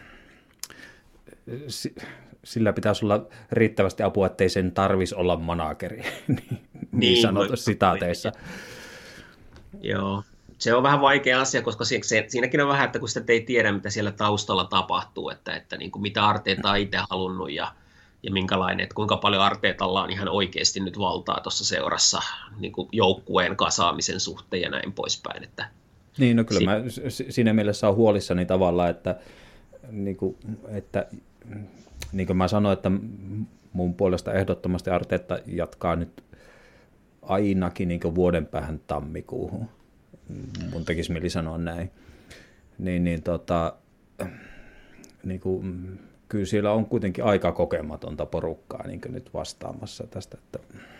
sillä pitäisi olla riittävästi apua, ettei sen tarvitsisi olla manageri, niin, niin sanottu sitaateissa. Joo, se on vähän vaikea asia, koska se, se, siinäkin on vähän, että kun sitä ei tiedä, mitä siellä taustalla tapahtuu, että, että niin kuin mitä Arteeta on itse halunnut ja, ja minkälainen, että kuinka paljon Arteetalla on ihan oikeasti nyt valtaa tuossa seurassa niin kuin joukkueen kasaamisen suhteen ja näin poispäin. Että niin, no kyllä si- mä siinä mielessä olen huolissani tavallaan, että, niin kuin, että niin kuin mä sanoin, että mun puolesta ehdottomasti Arteetta jatkaa nyt ainakin niin kuin vuoden päähän tammikuuhun. Mun tekisi mieli sanoa näin. Niin, niin tota, niin kuin, kyllä siellä on kuitenkin aika kokematonta porukkaa niin kuin nyt vastaamassa tästä. Että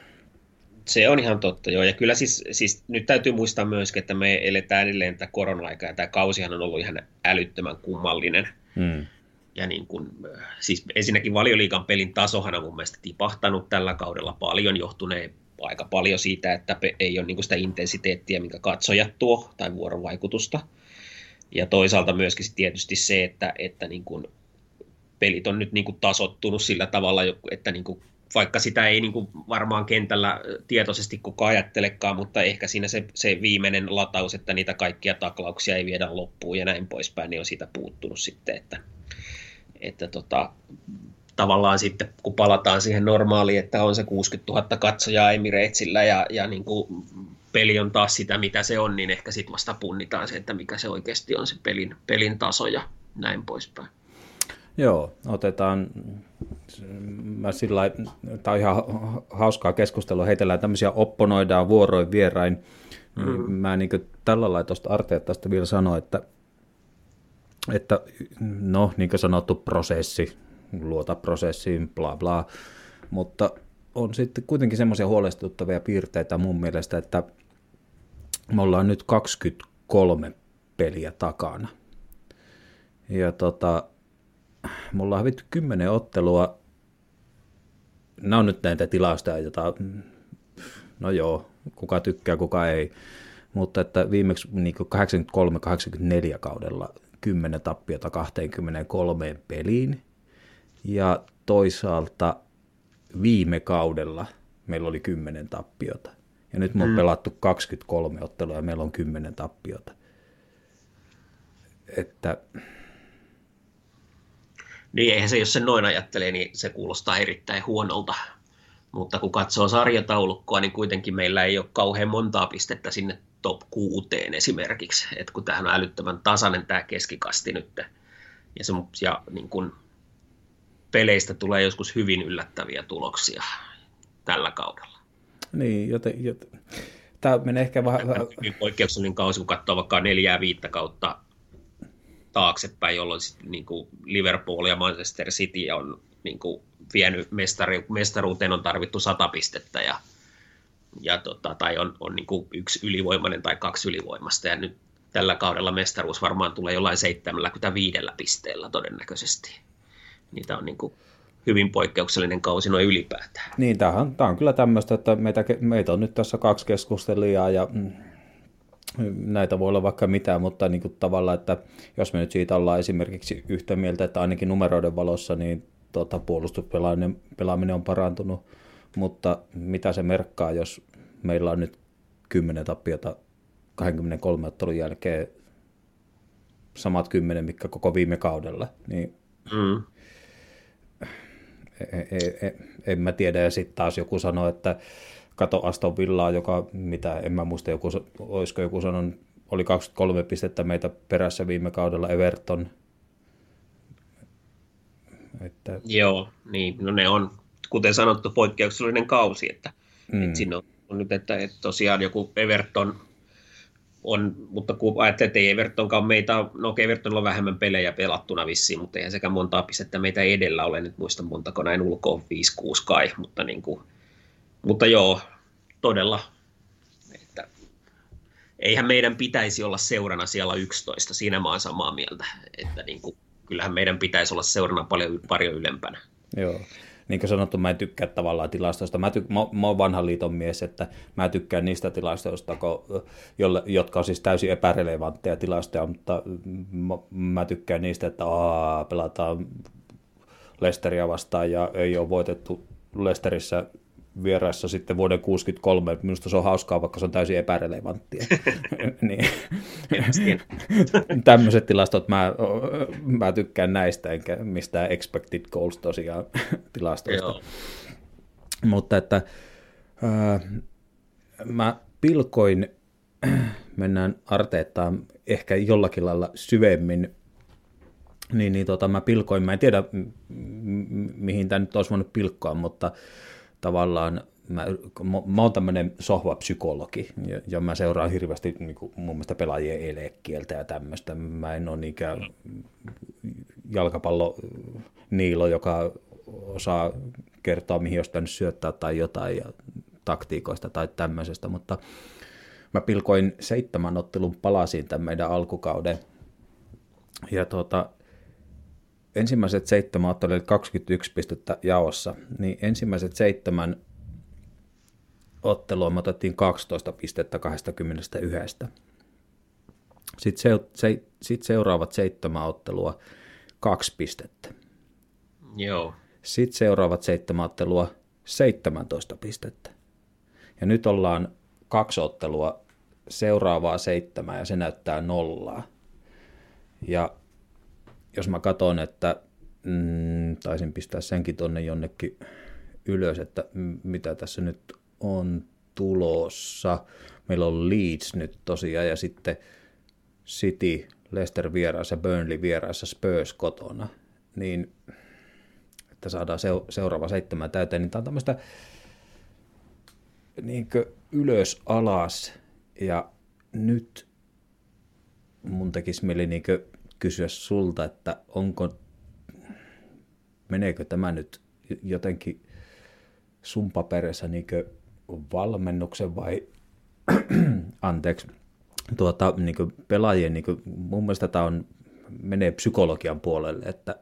se on ihan totta, joo. Ja kyllä siis, siis nyt täytyy muistaa myöskin, että me eletään edelleen tätä korona-aikaa, ja tämä kausihan on ollut ihan älyttömän kummallinen. Hmm. Ja niin kuin, siis ensinnäkin Valioliigan pelin tasohan on mun mielestä tipahtanut tällä kaudella paljon, johtuneen aika paljon siitä, että ei ole niin kuin sitä intensiteettiä, minkä katsojat tuo, tai vuorovaikutusta. Ja toisaalta myöskin tietysti se, että, että niin kuin pelit on nyt niin kuin tasottunut sillä tavalla, että niin kuin, vaikka sitä ei niin kuin varmaan kentällä tietoisesti kukaan ajattelekaan, mutta ehkä siinä se, se viimeinen lataus, että niitä kaikkia taklauksia ei viedä loppuun ja näin poispäin, niin on siitä puuttunut sitten, että että tota, tavallaan sitten kun palataan siihen normaaliin, että on se kuusikymmentätuhatta katsojaa Emiratesillä ja, ja niin kuin peli on taas sitä, mitä se on, niin ehkä sitten vasta punnitaan se, että mikä se oikeasti on se pelin, pelin taso ja näin poispäin. Joo, otetaan, mä sillä tämä on ihan hauskaa keskustelua, heitellään tämmöisiä, opponoidaan vuoroin vierain. Mm. Mä niin kuin tällä lailla tuosta Arteetasta vielä sanoin, että että no, niin kuin sanottu, prosessi, luota prosessiin, bla bla, mutta on sitten kuitenkin semmoisia huolestuttavia piirteitä mun mielestä, että me ollaan nyt kaksikymmentäkolme peliä takana. Ja tota, me ollaan hävitty kymmenen ottelua, nämä on nyt näitä tilausta, jota, no joo, kuka tykkää, kuka ei, mutta että viimeksi niin kahdeksankymmentäkolme kahdeksankymmentäneljä kaudella kymmenen tappiota kaksikymmentäkolme peliin, ja toisaalta viime kaudella meillä oli kymmenen tappiota, ja nyt me on mm. pelattu kaksikymmentäkolme ottelua, ja meillä on kymmenen tappiota. Että niin, eihän se, jos se noin ajattelee, niin se kuulostaa erittäin huonolta, mutta kun katsoo sarjataulukkoa, niin kuitenkin meillä ei ole kauhean montaa pistettä sinne top kuuteen esimerkiksi, että kun tämähän on älyttömän tasainen tämä keskikasti nyt, ja, se, ja niin kun peleistä tulee joskus hyvin yllättäviä tuloksia tällä kaudella. Niin, joten, joten tämä menee ehkä vähän hyvin poikkeuksellinen kausi, kun katsoo vaikka neljää viittä kautta taaksepäin, jolloin niin kuin Liverpool ja Manchester City on niin kuin vienyt mestari, mestaruuteen on tarvittu sata pistettä ja Ja tota, tai on, on niin kuin yksi ylivoimainen tai kaksi ylivoimasta, ja nyt tällä kaudella mestaruus varmaan tulee jollain seitsemänkymmentäviisi pisteellä todennäköisesti. Niitä on niin kuin hyvin poikkeuksellinen kausi noin ylipäätään. Niin, tämä on, tämä on kyllä tämmöistä, että meitä, meitä on nyt tässä kaksi keskustelijaa, ja näitä voi olla vaikka mitään, mutta niin kuin tavallaan, että jos me nyt siitä ollaan esimerkiksi yhtä mieltä, että ainakin numeroiden valossa, niin tuota, puolustuspelaaminen on parantunut, mutta mitä se merkkaa, jos meillä on nyt kymmenen tappiota kaksikymmentäkolme ottelun jälkeen, samat kymmenen, mitkä koko viime kaudella, niin mm. en, en, en mä tiedä, ja sitten taas joku sanoi, että kato Aston Villaa, joka, mitä en mä muista, joku, olisiko joku sanonut, oli kaksikymmentäkolme pistettä meitä perässä viime kaudella Everton. Että... Joo, niin, no ne on, kuten sanottu, poikkeuksellinen kausi, että, mm. että siinä on, on nyt, että, että tosiaan joku Everton on, mutta kun ajattelee, että ei Evertonkaan meitä, no Evertonilla on vähemmän pelejä pelattuna vissiin, mutta eihän sekä montaa pistettä meitä edellä ole, nyt muista montako näin ulkoa, viisi kuusi kai, mutta, niin kuin, mutta joo, todella, että eihän meidän pitäisi olla seurana siellä yksitoista, siinä mä oon samaa mieltä, että niin kuin, kyllähän meidän pitäisi olla seurana paljon, paljon ylempänä. Joo. Niin kuin sanottu, mä en tykkää tavallaan tilastoista. Mä, tyk- mä, mä oon vanhan liiton mies, että mä tykkään niistä tilastoista, kun, jolle, jotka on siis täysin epärelevantteja tilastoja, mutta mä, mä tykkään niistä, että aa, pelataan Leicesteria vastaan ja ei ole voitettu Leicesterissä vieraissa sitten vuoden kuusikymmentäkolme. Minusta se on hauskaa, vaikka se on täysin epärelevanttia. niin. Tämmöiset tilastot, mä, mä tykkään näistä, enkä mistään expected goals tosiaan tilastoista. Joo. Mutta että äh, mä pilkoin, mennään Arteettaan ehkä jollakin lailla syvemmin, niin, niin tota, mä pilkoin, mä en tiedä m- mihin tämä nyt olisi voinut pilkkoa, mutta tavallaan mä, mä oon tämmöinen sohvapsykologi, ja, ja mä seuraan hirveästi niin kuin, mun mielestä pelaajien elekieltä ja tämmöistä. Mä en ole niinkään jalkapalloniilo, joka osaa kertoa, mihin olisi pitänyt syöttää tai jotain ja taktiikoista tai tämmöisestä, mutta mä pilkoin seitsemän ottelun palasiin tämän meidän alkukauden, ja tuota, ensimmäiset seitsemän ottelua oli kaksikymmentäyksi pistettä jaossa, niin ensimmäiset seitsemän ottelua me otettiin kaksitoista pistettä kaksikymmentäyksi. Sitten, se, se, sitten seuraavat seitsemän ottelua kaksi pistettä. Joo. Sitten seuraavat seitsemän ottelua seitsemäntoista pistettä. Ja nyt ollaan kaksi ottelua seuraavaa seitsemää ja se näyttää nollaa. Ja jos mä katson, että mm, taisin pistää senkin tonne jonnekin ylös, että m- mitä tässä nyt on tulossa. Meillä on Leeds nyt tosiaan ja sitten City, Leicester vieraissa, Burnley vieraissa, Spurs kotona. Niin, että saadaan seu- seuraava seitsemän täyteen, niin tämä on tämmöistä niin kuin ylös alas ja nyt mun tekisi mieli niin kuin kysyä sulta, että onko, meneekö tämä nyt jotenkin sun paperissa niin valmennuksen vai anteeksi, tuota, niin pelaajien, niin kuin, mun mielestä tämä on, menee psykologian puolelle, että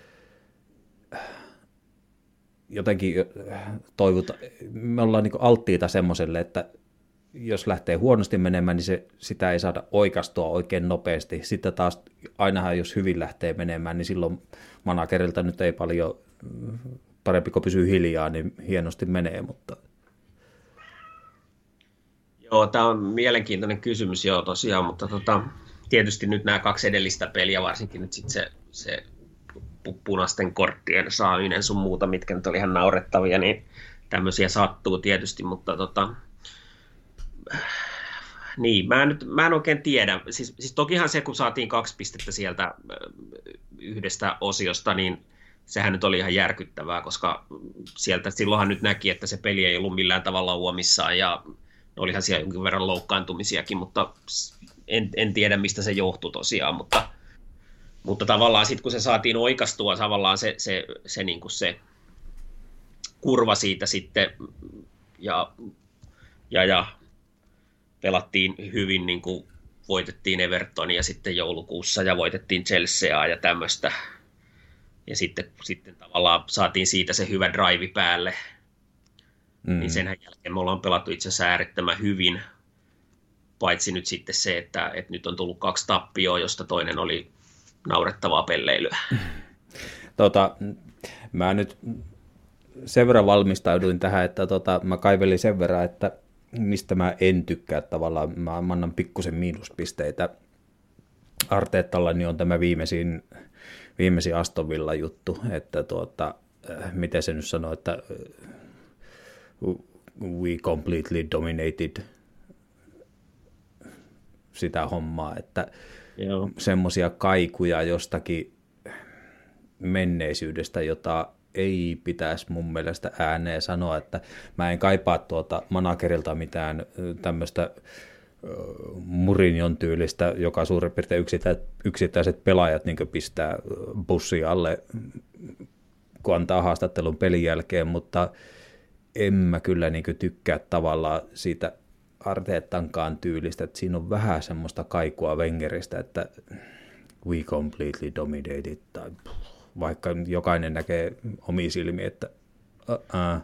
jotenkin toivotaan, me ollaan niin alttiita semmoiselle, että jos lähtee huonosti menemään, niin se, sitä ei saada oikastua oikein nopeasti. Sitten taas ainahan, jos hyvin lähtee menemään, niin silloin managerilta nyt ei paljon, parempi kun pysyy hiljaa, niin hienosti menee. Mutta... Joo, tämä on mielenkiintoinen kysymys, joo tosiaan, mutta tota, tietysti nyt nämä kaksi edellistä peliä, varsinkin nyt sitten se, se punaisten korttien saaminen sun muuta, mitkä nyt oli ihan naurettavia, niin tämmöisiä sattuu tietysti, mutta tota, niin, mä en, nyt, mä en oikein tiedä. Siis, siis tokihan se, kun saatiin kaksi pistettä sieltä yhdestä osiosta, niin sehän nyt oli ihan järkyttävää, koska sieltä silloinhan nyt näki, että se peli ei ollut millään tavalla uomissaan ja olihan siellä jonkin verran loukkaantumisiakin, mutta en, en tiedä, mistä se johtui tosiaan, mutta, mutta tavallaan sitten kun se saatiin oikastua, tavallaan se, se, se, niin kuin se kurva siitä sitten ja, ja, ja pelattiin hyvin, niin kuin voitettiin Evertonia sitten joulukuussa ja voitettiin Chelseaa ja tämmöistä. Ja sitten, sitten tavallaan saatiin siitä se hyvä drive päälle. Mm. Niin sen jälkeen me ollaan pelattu itse asiassa äärettömän hyvin. Paitsi nyt sitten se, että, että nyt on tullut kaksi tappioa, josta toinen oli naurettavaa pelleilyä. Tota, mä nyt sen verran valmistauduin tähän, että tota, mä kaivelin sen verran, että mistä mä en tykkää tavallaan, mä annan pikkusen miinuspisteitä Arteetalla, niin on tämä viimeisin, viimeisin Aston Villa juttu, että tuota, äh, miten se nyt sanoo, että we completely dominated sitä hommaa, että semmoisia kaikuja jostakin menneisyydestä, jota ei pitäisi mun mielestä ääneen sanoa, että mä en kaipaa tuota managerilta mitään tämmöistä Mourinhon tyylistä, joka suurin piirtein yksittäiset pelaajat niin pistää bussi alle, kun antaa haastattelun pelin jälkeen, mutta en mä kyllä niin tykkää tavallaan siitä Arteetankaan tyylistä, että siinä on vähän semmoista kaikua Wengeristä, että we completely dominated, tai vaikka jokainen näkee omiin silmiin, että uh-uh.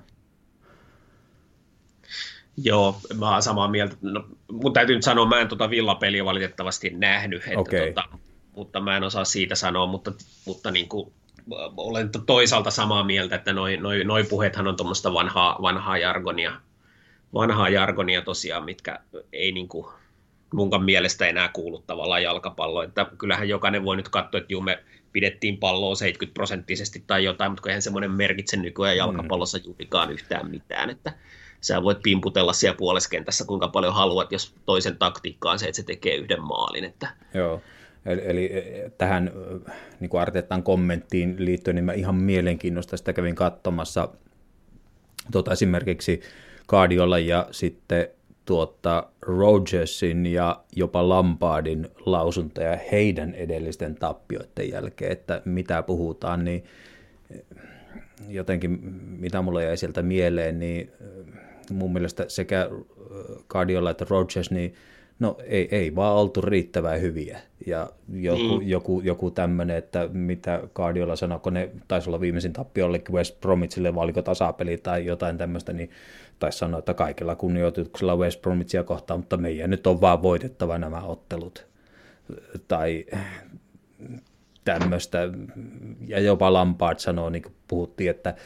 Joo, mä oon samaa mieltä. No, mun täytyy nyt sanoa, mä en tuota Villa-peliä valitettavasti nähnyt, että okay. tota, mutta mä en osaa siitä sanoa, mutta, mutta niin kuin, olen toisaalta samaa mieltä, että noi, noi, noi puheethan on tuommoista vanhaa, vanhaa jargonia, vanhaa jargonia tosiaan, mitkä ei niin kuin munkaan mielestä enää kuulu tavallaan jalkapalloon. Että kyllähän jokainen voi nyt katsoa, että juu, me pidettiin palloa seitsemänkymmentä prosenttisesti tai jotain, mutta eihän semmoinen merkitse nykyään jalkapallossa juurikaan yhtään mitään, että sä voit pimputella siellä puoleskentässä kuinka paljon haluat, jos toisen taktiikka on se, että se tekee yhden maalin. Että... Joo, eli, eli tähän niin kuin Arteetan kommenttiin liittyen, niin mä ihan mielenkiinnosta sitä kävin katsomassa tuota, esimerkiksi Guardiola ja sitten tuota, Rodgersin ja jopa Lampardin lausuntoja heidän edellisten tappioiden jälkeen, että mitä puhutaan, niin jotenkin mitä mulla jäi sieltä mieleen, niin mun mielestä sekä Guardiola että Rodgers, niin no ei, ei vaan oltu riittävän hyviä. Ja joku, mm. joku, joku tämmöinen, että mitä Guardiola sanoi, kun ne taisi olla viimeisin tappio jollekin West Bromwichille, vai oliko tasapeli tai jotain tämmöistä, niin taisi sanoa, että kaikilla kunnioituksella West Bromwichia kohtaan, mutta meidän nyt on vaan voitettava nämä ottelut. Tai tämmöistä. Ja jopa Lampard sanoo, niin kuin puhuttiin, että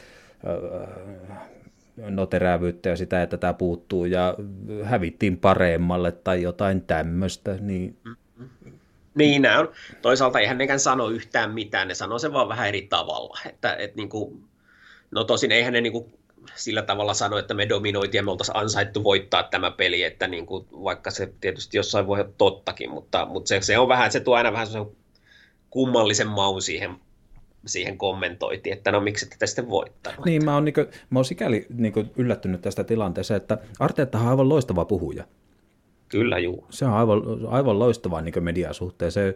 no terävyyttä ja sitä, että tämä puuttuu ja hävittiin paremmalle tai jotain tämmöistä. Niin, niin nämä on. Toisaalta eihän nekään sano yhtään mitään, ne sanoo sen vaan vähän eri tavalla. Että, et niin kuin, no tosin eihän ne niin kuin sillä tavalla sano, että me dominoitiin ja me oltaisiin ansaittu voittaa tämä peli, että niin kuin, vaikka se tietysti jossain voi olla tottakin, mutta, mutta se, se on vähän, se tuo aina vähän sellaisen kummallisen maun siihen, siihen kommentoitiin, että no miksi ette sitten voittanut. Niin, mä oon, niin kuin, mä oon sikäli niin kuin yllättynyt tästä tilanteesta, että Arteettahan on aivan loistava puhuja. Kyllä, juu. Se on aivan, aivan loistava niin median suhteen. Se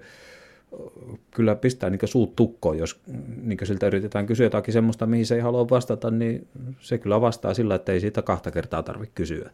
kyllä pistää niin suut tukkoon, jos niin siltä yritetään kysyä jotakin semmoista, mihin se ei halua vastata, niin se kyllä vastaa sillä, että ei siitä kahta kertaa tarvitse kysyä.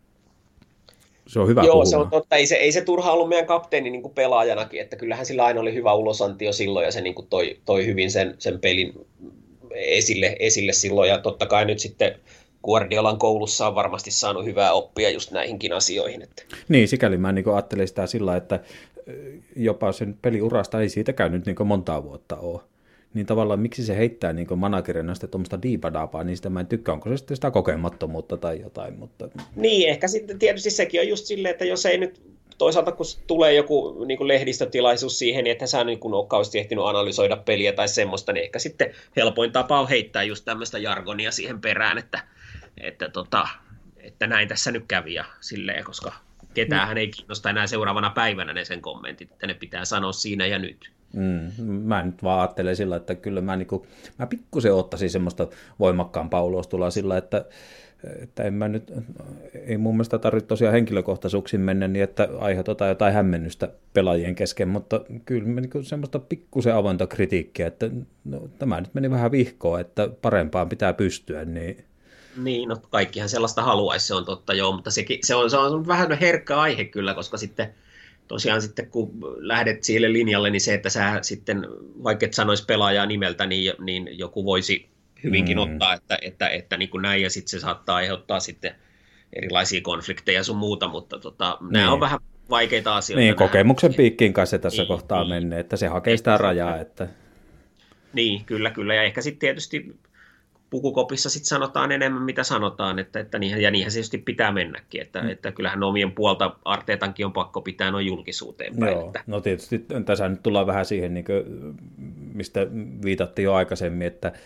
Se on hyvä Joo, puhumaan. Se on totta. Ei se, ei se turha ollut meidän kapteeni niin kuin pelaajanakin, että kyllähän sillä aina oli hyvä ulosantio silloin ja se niin kuin toi, toi hyvin sen, sen pelin esille, esille silloin ja totta kai nyt sitten Guardiolan koulussa on varmasti saanut hyvää oppia just näihinkin asioihin. Että. Niin, sikäli mä niin ajattelin sitä sillä, että jopa sen peliurasta ei siitäkään nyt niin montaa vuotta ole. Niin tavallaan miksi se heittää niin managerina sitten tuommoista diipadaapaa, niin sitä mä en tykkää, onko se sitten sitä kokemattomuutta tai jotain. Mutta... Niin, ehkä sitten tietysti sekin on just silleen, että jos ei nyt toisaalta kun tulee joku niin kuin lehdistötilaisuus siihen, niin että sä niin kuin ole kauheasti ehtinyt analysoida peliä tai semmoista, niin ehkä sitten helpoin tapa on heittää just tämmöistä jargonia siihen perään, että, että, tota, että näin tässä nyt kävi ja silleen, koska ketäänhän ei kiinnosta enää seuraavana päivänä ne sen kommentit, että ne pitää sanoa siinä ja nyt. Mm, mä nyt vaan ajattelen sillä, että kyllä mä, niinku, mä pikkusen ottaisin semmoista voimakkaampaa ulostuloa sillä, että, että en mä nyt, ei mun mielestä tarvitse tosiaan henkilökohtaisuuksiin mennä niin, että aiheutetaan jotain hämmennystä pelaajien kesken, mutta kyllä mä niinku semmoista pikkusen avointa kritiikkiä, että no, tämä nyt meni vähän vihkoon, että parempaan pitää pystyä, niin... Niin, no kaikkihan sellaista haluaisi, se on totta joo, mutta sekin, se, on, se on vähän herkkä aihe kyllä, koska sitten tosiaan sitten kun lähdet sille linjalle, niin se, että sä sitten, vaikka et sanoisi pelaajaa nimeltä, niin, niin joku voisi hyvinkin mm. ottaa, että, että, että niin kuin näin, ja sitten se saattaa aiheuttaa sitten erilaisia konflikteja sun muuta, mutta tota, niin. Nämä on vähän vaikeita asioita. Niin, kokemuksen piikkiin kanssa tässä niin, kohtaa niin, menee, että se hakee sitä rajaa. Että... Niin, kyllä, kyllä, ja ehkä sitten tietysti pukukopissa sitten sanotaan enemmän, mitä sanotaan, että, että niinhän, ja niinhän se tietysti pitää mennäkin, että, mm. että kyllähän omien puolta Arteetankin on pakko pitää noin julkisuuteen päin. Joo, että. No tietysti tässä nyt tullaan vähän siihen, niin kuin, mistä viitattiin jo aikaisemmin, että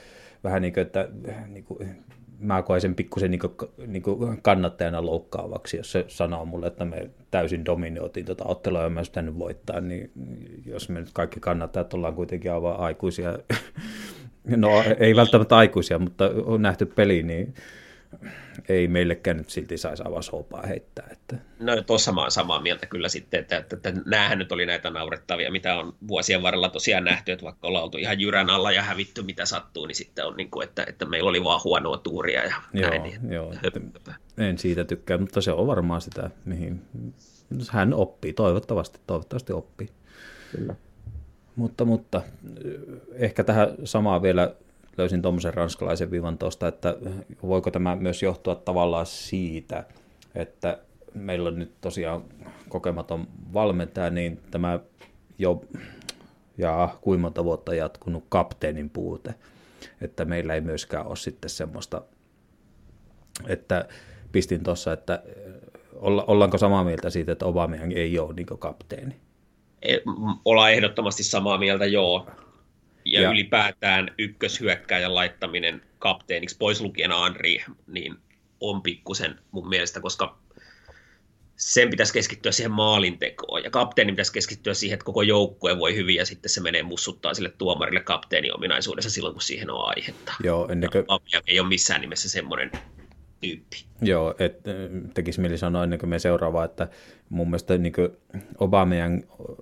vähän niin kuin, että niin kuin, mä koen sen pikkusen niin kuin, niin kuin kannattajana loukkaavaksi, jos se sanoo mulle, että me täysin dominoitiin tuota ottelua ja mä olisi pitänyt voittaa, niin jos me nyt kaikki kannattajat ollaan kuitenkin aivan aikuisia, no ei välttämättä aikuisia, mutta on nähty peli, niin ei meillekään nyt silti saisi avaushoupaa heittää. Että. No tuossa mä oon samaa mieltä kyllä sitten, että, että, että näähän nyt oli näitä naurettavia, mitä on vuosien varrella tosiaan nähty, että vaikka ollaan oltu ihan jyrän alla ja hävitty mitä sattuu, niin sitten on niin kuin, että, että meillä oli vaan huonoa tuuria ja joo, näin. Niin, joo, en siitä tykkää, mutta se on varmaan sitä, mihin hän oppii, toivottavasti, toivottavasti oppii. Kyllä. Mutta, mutta ehkä tähän samaan vielä löysin tuommoisen ranskalaisen viivan tuosta, että voiko tämä myös johtua tavallaan siitä, että meillä on nyt tosiaan kokematon valmentaja, niin tämä jo ja kuinka monta vuotta jatkunut kapteenin puute, että meillä ei myöskään ole sitten semmoista, että pistin tuossa, että olla, ollaanko samaa mieltä siitä, että Aubameyang ei ole niin kuin kapteeni? Ollaan ehdottomasti samaa mieltä, joo. Ja, ja ylipäätään ykköshyökkääjän laittaminen kapteeniksi, pois lukien Henry, niin on pikkusen mun mielestä, koska sen pitäisi keskittyä siihen maalintekoon, ja kapteeni pitäisi keskittyä siihen, että koko joukkue voi hyvin, ja sitten se menee mussuttaa sille tuomarille kapteenin ominaisuudessa silloin, kun siihen on aihetta. Joo, ennen kuin ei ole missään nimessä semmoinen tyyppi. Joo, että tekisi mieli sanoa ennen kuin me seuraavaa, että mun mielestä niin Aubameyang,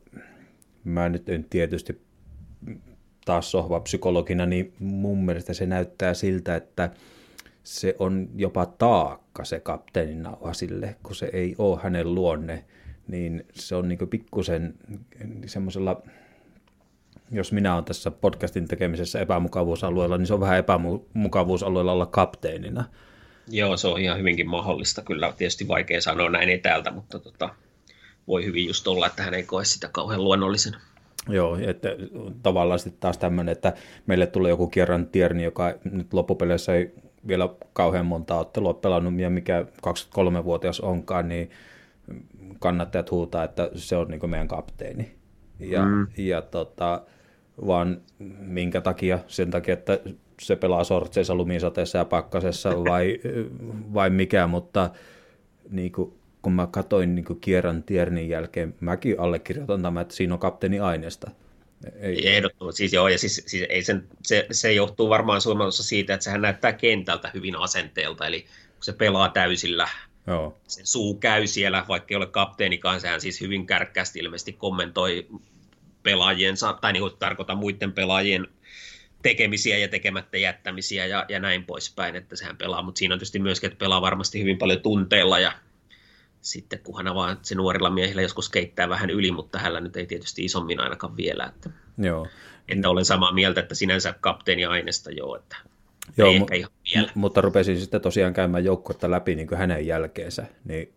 mä nyt en tietysti taas sohva psykologina, niin mun mielestä se näyttää siltä, että se on jopa taakka se kapteenin nauha sille, kun se ei ole hänen luonne, niin se on niin pikkusen semmoisella, jos minä olen tässä podcastin tekemisessä epämukavuusalueella, niin se on vähän epämukavuusalueella olla kapteenina. Joo, se on ihan hyvinkin mahdollista. Kyllä tietysti vaikea sanoa näin etäältä, mutta tota, voi hyvin just olla, että hän ei koe sitä kauhean luonnollisena. Joo, että tavallaan sitten taas tämmöinen, että meille tulee joku Kieran Tierney, joka nyt loppupeleissä ei vielä kauhean monta ottelua pelannut, ja mikä kaksikymmentäkolmevuotias onkaan, niin kannattajat huutaa, että se on niin kuin meidän kapteeni. Ja, mm. ja tota, vaan minkä takia? Sen takia, että se pelaa sortseissa, lumisateessa ja pakkasessa vai, vai mikä, mutta niin kuin, kun mä katsoin niin Kieran Tiernin jälkeen, mäkin allekirjoitan tämän, että siinä on kapteeni aineesta. Ei. Ehdottomasti, siis joo, ja siis, siis ei sen, se, se johtuu varmaan suomalaisessa siitä, että sehän näyttää kentältä hyvin asenteelta, eli kun se pelaa täysillä, joo. Se suu käy siellä, vaikka ei ole kapteenikaan, sehän siis hyvin kärkkäästi ilmeisesti kommentoi pelaajiensa, tai niin kuin tarkoitan muiden pelaajien tekemisiä ja tekemättä jättämisiä ja, ja näin poispäin, että sehän pelaa, mutta siinä on tietysti myöskin, että pelaa varmasti hyvin paljon tunteilla ja sitten kunhan vaan se nuorilla miehillä joskus keittää vähän yli, mutta hänellä nyt ei tietysti isommin ainakaan vielä. Että, joo. että olen samaa mieltä, että sinänsä kapteeni aineesta joo, että joo, ei mu- ehkä ihan vielä. M- mutta rupesin sitten tosiaan käymään joukkuetta läpi niin kuin hänen jälkeensä, niin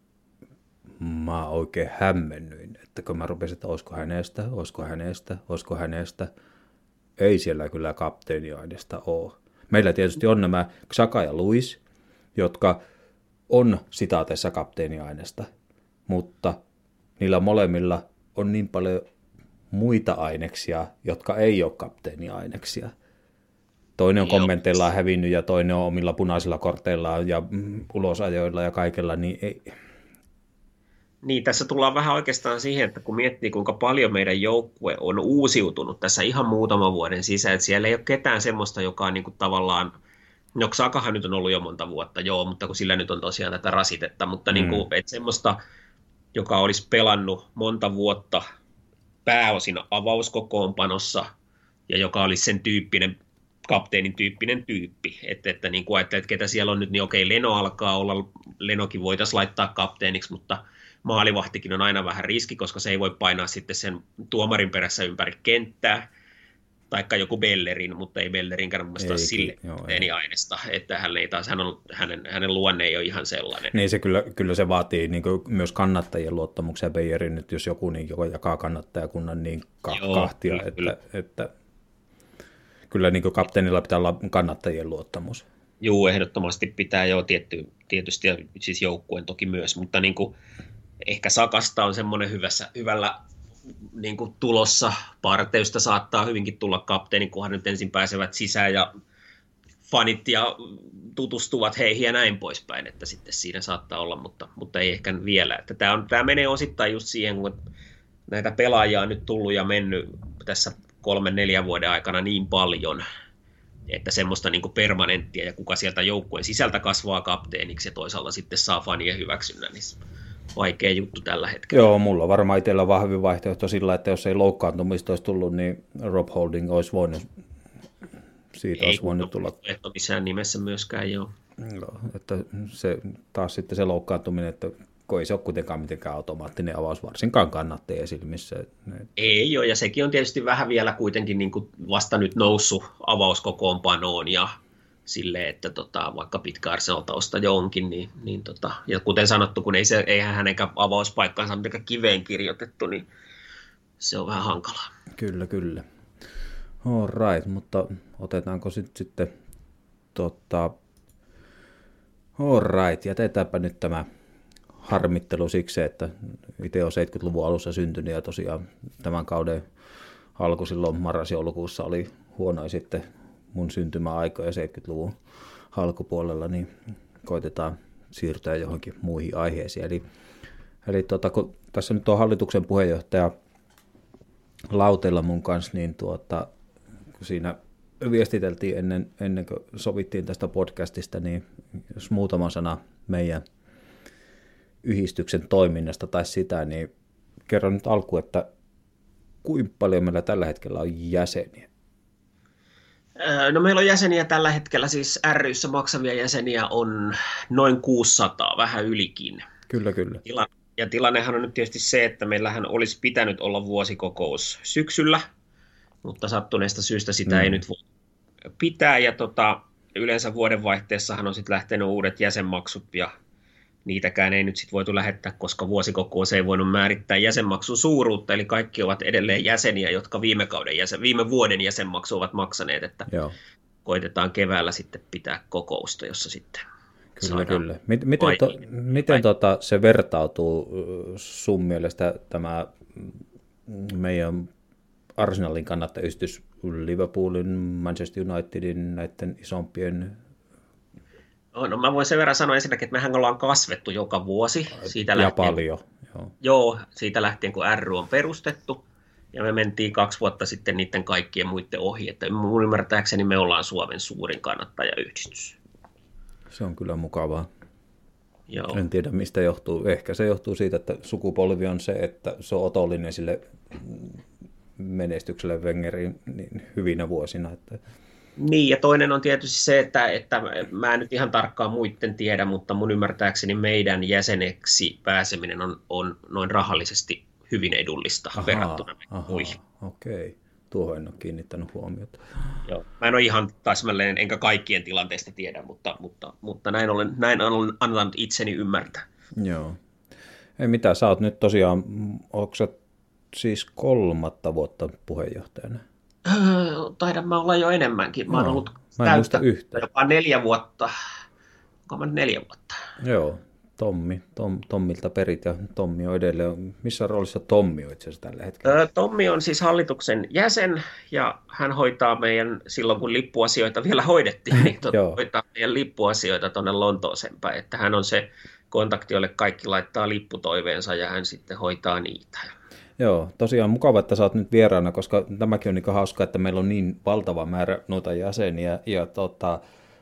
mä oikein hämmennyin, että kun mä rupesin, että olisiko hänestä, olisiko hänestä, olisiko hänestä. Ei siellä kyllä kapteeni aineesta ole. Meillä tietysti on nämä Xhaka ja Luis, jotka on sitaateessa kapteeniaineesta, mutta niillä molemmilla on niin paljon muita aineksia, jotka ei ole kapteeniaineksia. Toinen on kommenteillaan hävinnyt ja toinen on omilla punaisilla korteillaan ja ulosajoilla ja kaikella, niin ei. Niin, tässä tullaan vähän oikeastaan siihen, että kun miettii, kuinka paljon meidän joukkue on uusiutunut tässä ihan muutaman vuoden sisään, että siellä ei ole ketään semmoista, joka on niin kuin tavallaan, no Xhakahan nyt on ollut jo monta vuotta, joo, mutta kun sillä nyt on tosiaan tätä rasitetta, mutta mm. niin kuin, että semmoista, joka olisi pelannut monta vuotta pääosin avauskokoonpanossa ja joka olisi sen tyyppinen, kapteenin tyyppinen tyyppi, että, että niin kuin ajattelee, että ketä siellä on nyt, niin okei, Leno alkaa olla, Lenokin voitaisiin laittaa kapteeniksi, mutta maalivahtikin on aina vähän riski, koska se ei voi painaa sitten sen tuomarin perässä ympäri kenttää, taikka joku Bellerin, mutta ei Bellerinkään mun mielestä ole sille aineesta, että hän ei taas, hän on, hänen, hänen luonne ei ole ihan sellainen. Niin se kyllä, kyllä se vaatii niin myös kannattajien luottamuksen Beyerin, että jos joku niin joka jakaa kannattajakunnan niin ka- Joo, kahtia, kyllä, että, kyllä. että kyllä niin kapteenilla pitää olla kannattajien luottamus. Joo, ehdottomasti pitää jo tietty, tietysti ja siis joukkueen toki myös, mutta niin kuin, ehkä Sakasta on semmoinen hyvässä, hyvällä niin kuin tulossa. Parteystä saattaa hyvinkin tulla kapteeni, kunhan nyt ensin pääsevät sisään ja fanit ja tutustuvat heihin ja näin poispäin, että sitten siinä saattaa olla, mutta, mutta ei ehkä vielä. Että tämä, on, tämä menee osittain just siihen, kun näitä pelaajia on nyt tullut ja mennyt tässä kolmen, neljän vuoden aikana niin paljon, että semmoista niin kuin permanenttia ja kuka sieltä joukkueen sisältä kasvaa kapteeniksi ja toisaalta sitten saa fanien hyväksynnän, niin vaikea juttu tällä hetkellä. Joo, mulla on varmaan itsellä vahvin vaihtoehto sillä, että jos ei loukkaantumista olisi tullut, niin Rob Holding olisi voinut, siitä ei olisi voinut tulla. Ei missään nimessä myöskään, joo. Joo, että se, taas sitten se loukkaantuminen, että kun ei se ole kuitenkaan mitenkään automaattinen avaus, varsinkaan kannattajien silmissä. Ei ole, ja sekin on tietysti vähän vielä kuitenkin niin kuin vasta nyt noussut avauskokoonpanoon ja silleen, että tota, vaikka pitkä Arsenal-tausta jo onkin, niin, niin tota, ja kuten sanottu, kun ei se, eihän hänenkään avauspaikkaansa mitenkään kiveen kirjoitettu, niin se on vähän hankalaa. Kyllä, kyllä. All right, mutta otetaanko sit, sitten tota, all right, jätetäänpä nyt tämä harmittelu siksi, että itse on seitsemänkymmentäluvun alussa syntynyt ja tosiaan tämän kauden alku silloin marras-joulukuussa oli huonoin sitten mun syntymäaikoja seitsemänkymmentäluvun alkupuolella, niin koitetaan siirtyä johonkin muihin aiheisiin. Eli, eli tota, kun tässä nyt on hallituksen puheenjohtaja Lautella mun kanssa, niin tuota, kun siinä viestiteltiin ennen, ennen kuin sovittiin tästä podcastista, niin jos muutama sana meidän yhdistyksen toiminnasta tai sitä, niin kerron nyt alkuun, että kuinka paljon meillä tällä hetkellä on jäseniä? No meillä on jäseniä tällä hetkellä, siis ry:ssä maksavia jäseniä on noin kuusisataa, vähän ylikin. Kyllä, kyllä. Ja tilannehan on nyt tietysti se, että meillähän olisi pitänyt olla vuosikokous syksyllä, mutta sattuneesta syystä sitä mm. ei nyt voi pitää. Ja tota, yleensä vuodenvaihteessahan on sitten lähtenyt uudet jäsenmaksut ja niitäkään ei nyt sitten voitu lähettää, koska vuosikokous ei voinut määrittää jäsenmaksun suuruutta, eli kaikki ovat edelleen jäseniä, jotka viime, kauden jäsen, viime vuoden jäsenmaksu ovat maksaneet, että Joo. koitetaan keväällä sitten pitää kokousta, jossa sitten Kyllä, kyllä. Miten, to, miten tota, se vertautuu sun mielestä tämä meidän Arsenalin kannattajayhdistys Liverpoolin, Manchester Unitedin, näiden isompien? No, no mä voin sen verran sanoa ensinnäkin, että mehän ollaan kasvettu joka vuosi. Siitä ja lähtien, paljon. Joo. joo, siitä lähtien kun R on perustettu. Ja me mentiin kaksi vuotta sitten niiden kaikkien muiden ohi. Että mun ymmärtääkseni me ollaan Suomen suurin kannattajayhdistys. Se on kyllä mukavaa. Joo. En tiedä mistä johtuu. Ehkä se johtuu siitä, että sukupolvi on se, että se on otollinen sille menestykselle Wengerin niin hyvinä vuosina. Että Niin, ja toinen on tietysti se, että, että mä en nyt ihan tarkkaan muiden tiedä, mutta mun ymmärtääkseni meidän jäseneksi pääseminen on, on noin rahallisesti hyvin edullista aha, verrattuna aha, muihin. Okei, tuohon en ole kiinnittänyt huomiota. Joo. Mä en ole ihan täsmälleen, enkä kaikkien tilanteesta tiedä, mutta, mutta, mutta näin olen, näin olen antanut itseni ymmärtää. Joo. Ei mitään, sä oot nyt tosiaan, onko sä siis kolmatta vuotta puheenjohtajana? Taidan mä olla jo enemmänkin. Mä oon no, ollut mä en muista yhtä. jopa neljä vuotta. Onko mä neljä vuotta? Joo, Tommi. Tom, Tommilta perit ja Tommi on edelleen. Missä roolissa Tommi on itse asiassa tällä hetkellä? Öö, Tommi on siis hallituksen jäsen ja hän hoitaa meidän, silloin kun lippuasioita vielä hoidettiin, niin hoitaa meidän lippuasioita tuonne Lontooseen päin. Että hän on se kontakti, jolle kaikki laittaa lipputoiveensa ja hän sitten hoitaa niitä. Joo, tosiaan mukava, että sä oot nyt vieraana, koska tämäkin on niin hauska, että meillä on niin valtava määrä noita jäseniä ja tota,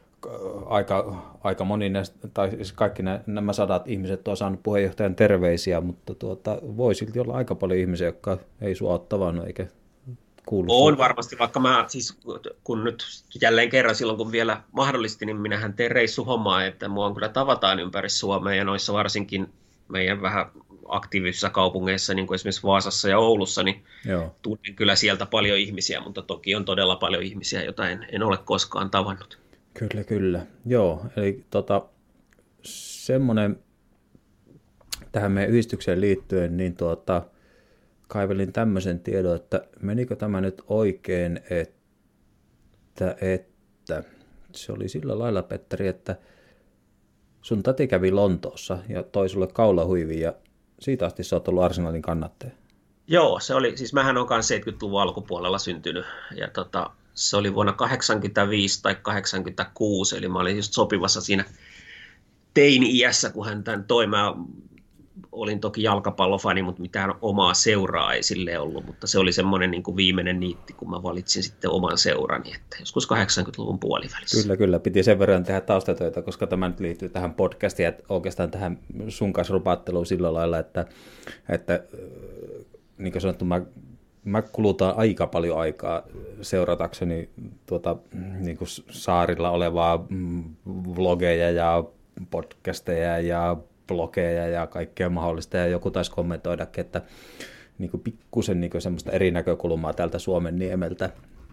aika, aika moni näistä, tai siis kaikki nämä, nämä sadat ihmiset on saanut puheenjohtajan terveisiä, mutta tuota, voi silti olla aika paljon ihmisiä, jotka ei sua ole tavannut eikä kuulu. On varmasti, vaikka mä siis kun nyt jälleen kerran silloin kun vielä mahdollisesti, niin minähän teen reissuhommaa, että mua on kyllä tavataan ympäri Suomea ja noissa varsinkin meidän vähän aktiivisissa kaupungeissa, niin kuin esimerkiksi Vaasassa ja Oulussa, niin Joo. tunnen kyllä sieltä paljon ihmisiä, mutta toki on todella paljon ihmisiä, joita en, en ole koskaan tavannut. Kyllä, kyllä. Joo, eli tota, semmoinen tähän meidän yhdistykseen liittyen, niin tuota, kaivelin tämmöisen tiedon, että menikö tämä nyt oikein, että, että se oli sillä lailla, Petteri, että sun tati kävi Lontoossa ja toi sulle kaulahuivin ja siitä asti sä oot ollut Arsenalin kannattaja. Joo, se oli, siis mähän olen kanssa seitsemänkymmentäluvun alkupuolella syntynyt ja tota, se oli vuonna kahdeksankymmentäviisi tai kahdeksankymmentäkuusi, eli mä olin just sopivassa siinä teini-iässä, kun hän tämän toi. Mä olin toki jalkapallofani, mutta mitään omaa seuraa ei sille ollut, mutta se oli semmoinen niin kuin viimeinen niitti, kun mä valitsin sitten oman seurani, että joskus kahdeksankymmentäluvun puolivälissä. Kyllä, kyllä. Piti sen verran tehdä taustatöitä, koska tämä nyt liittyy tähän podcastiin ja oikeastaan tähän sun kanssa rupaatteluun sillä lailla, että, että niin kuin sanottu, mä, mä kulutan aika paljon aikaa seuratakseni tuota, niin kuin saarilla olevaa vlogeja ja podcasteja ja blogeja ja kaikkea mahdollista, ja joku taisi kommentoidakin, että niin kuin pikkusen niin kuin semmoista eri näkökulmaa tältä Suomen niemeltä.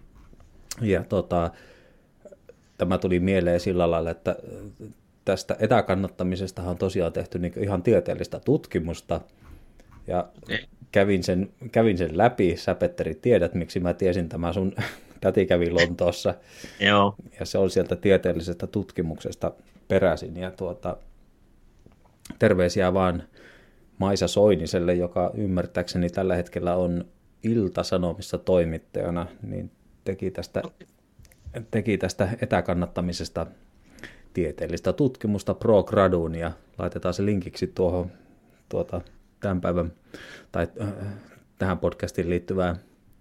Ja tota, tämä tuli mieleen sillä lailla, että tästä etäkannattamisesta on tosiaan tehty niin kuin ihan tieteellistä tutkimusta, ja kävin sen, kävin sen läpi. Sä, Petteri, tiedät, miksi mä tiesin tämä sun täti kävi Lontoossa. Joo. Ja se on sieltä tieteellisestä tutkimuksesta peräisin, ja tuota, terveisiä vaan Maisa Soiniselle, joka ymmärtääkseni tällä hetkellä on Ilta-Sanomissa toimittajana, niin teki tästä, teki tästä etäkannattamisesta tieteellistä tutkimusta pro graduun, ja laitetaan se linkiksi tuohon tuota, tämän päivän tai äh, tähän podcastiin liittyvään,